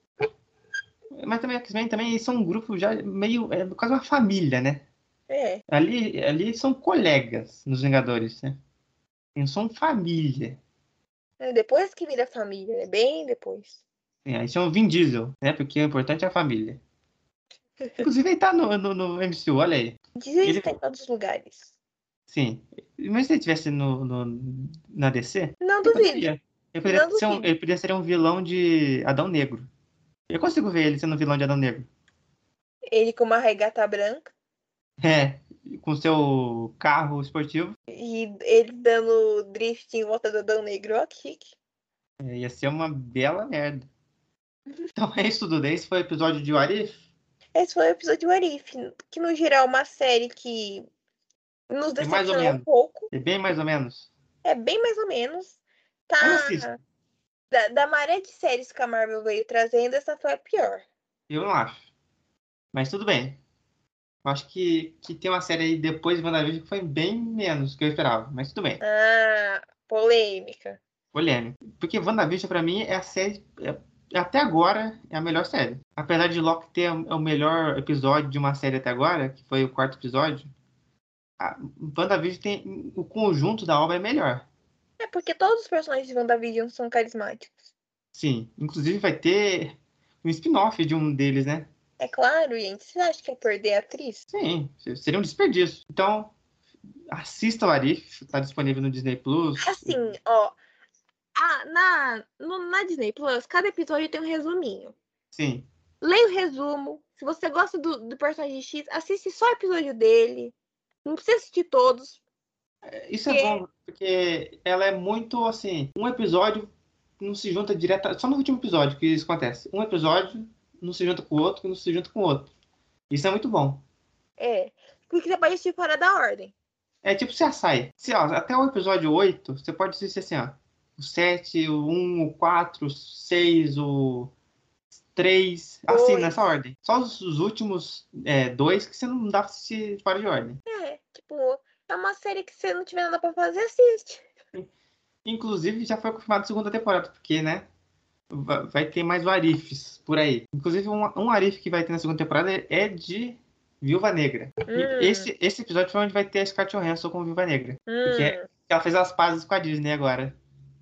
Mas também o X-Men também eles são um grupo já meio. É quase uma família, né? É. Ali, ali são colegas nos Vingadores, né? Eles são família. É depois que vira família, é bem depois. É, aí chama Vin Diesel, né? Porque o importante é a família. Inclusive, ele tá no, no, no M C U, olha aí. Dizem Ele, isso em todos os lugares. sim. Mas se ele tivesse no, no- na D C, Não ele duvido. poderia. Ele Não poderia ser um, duvido. ele poderia ser um vilão de Adão Negro. Eu consigo ver ele sendo um vilão de Adão Negro. Ele com uma regata branca É, com seu carro esportivo. e ele dando drift em volta do Adão Negro. Ó, que chique. É, ia ser uma bela merda. Então é isso, Duda. Esse foi o episódio de What If. Esse foi o episódio de What If, que no geral é uma série que nos É mais ou decepcionou um menos. pouco. É bem mais ou menos. É bem mais ou menos. Mas assista. Tá. Da, da maré de séries que a Marvel veio trazendo, essa foi a pior. Eu não acho. Mas tudo bem. Eu acho que, que tem uma série aí depois de WandaVision que foi bem menos do que eu esperava. Mas tudo bem. Ah, polêmica. Polêmico. Porque WandaVision, pra mim, é a série. É, até agora, é a melhor série. Apesar de Loki ter o melhor episódio de uma série até agora, que foi o quarto episódio, a WandaVision tem. O conjunto da obra é melhor. É porque todos os personagens de WandaVision são carismáticos. Sim. Inclusive vai ter um spin-off de um deles, né? É claro, gente. Você acha que é perder a atriz? Sim. Seria um desperdício. Então, assista o Arif. Tá disponível no Disney Plus. Assim, ó. Ah, na, no- na Disney Plus, cada episódio tem um resuminho. Sim. Leia o resumo. Se você gosta do, do personagem X, assiste só o episódio dele. Não precisa assistir todos. Isso é Porque bom, porque ela é muito assim, um episódio não se junta direto. Só no último episódio que isso acontece. Um episódio não se junta com o outro, que não se junta com o outro. Isso é muito bom. É. Porque você pode assistir fora da ordem. É tipo C S I. Se, ó, até o episódio oito, você pode assistir assim, ó. O sete, o um, o quatro, o seis, o três. Assim, Dois. nessa ordem. Só os, os últimos é, dois que você não dá pra assistir fora de ordem. É, tipo, é uma série que se não tiver nada pra fazer, assiste. Inclusive, já foi confirmado a segunda temporada, porque, né? va- Vai ter mais Arifes por aí. Inclusive, um, um Arif que vai ter na segunda temporada é de Viúva Negra. E Hum, esse, esse episódio foi onde vai ter a Scarlett Johansson como Viúva Negra. Porque hum. ela fez as pazes com a Disney agora.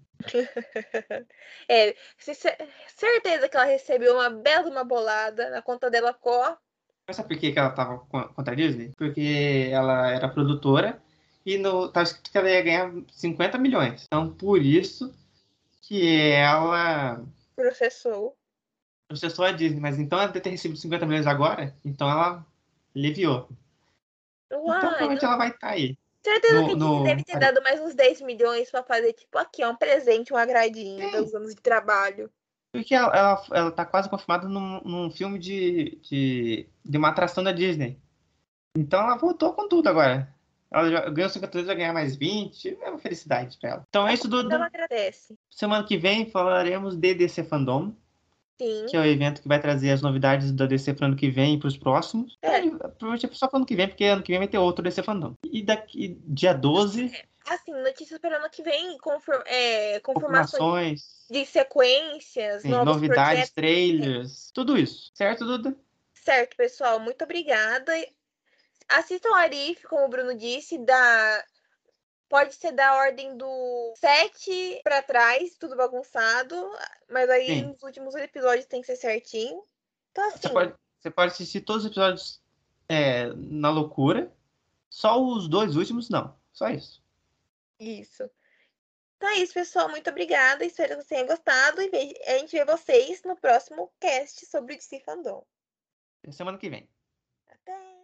É, se- se- certeza que ela recebeu uma bela de uma bolada na conta dela com. Mas sabe por que que ela tava com- contra a Disney? Porque ela era produtora e no, tava escrito que ela ia ganhar cinquenta milhões. Então, por isso que ela Processou. processou a Disney. Mas então ela deve ter recebido cinquenta milhões agora, então ela aliviou. Então, Uai, provavelmente não- ela vai estar aí. certeza que No, a Disney deve no... ter dado mais uns dez milhões pra fazer, tipo, aqui, ó, um presente, um agradinho Sim, dos anos de trabalho. porque ela, ela, ela tá quase confirmada num, num filme de, de, de uma atração da Disney. Então ela voltou com tudo agora. Ela já ganhou cinquenta milhões, vai ganhar mais vinte. É uma felicidade pra ela. Então é A isso, família dela Duda. agradece. Semana que vem falaremos de D C Fandom, que Sim. é o evento que vai trazer as novidades da D C pro ano que vem e pros próximos. É, É, provavelmente é só pro ano que vem, porque ano que vem vai ter outro D C Fandom. E daqui, dia doze, assim, notícias para o ano que vem, confir- é, confirmações confirmações, de sequências, sim, novos novidades, projetos. É, trailers, tudo isso. Certo, Duda? certo, pessoal, muito obrigada. Assistam Arif, como o Bruno disse, da... pode ser da ordem do sete para trás, tudo bagunçado, mas aí Sim. nos últimos episódios tem que ser certinho. Então, Você assim, pode, você pode assistir todos os episódios é, na loucura. Só os dois últimos, não. Só isso. isso. Então é isso, pessoal. Muito obrigada. Espero que vocês tenham gostado. E ve- a gente vê vocês no próximo cast sobre o D C Fandom. Até semana que vem. Até!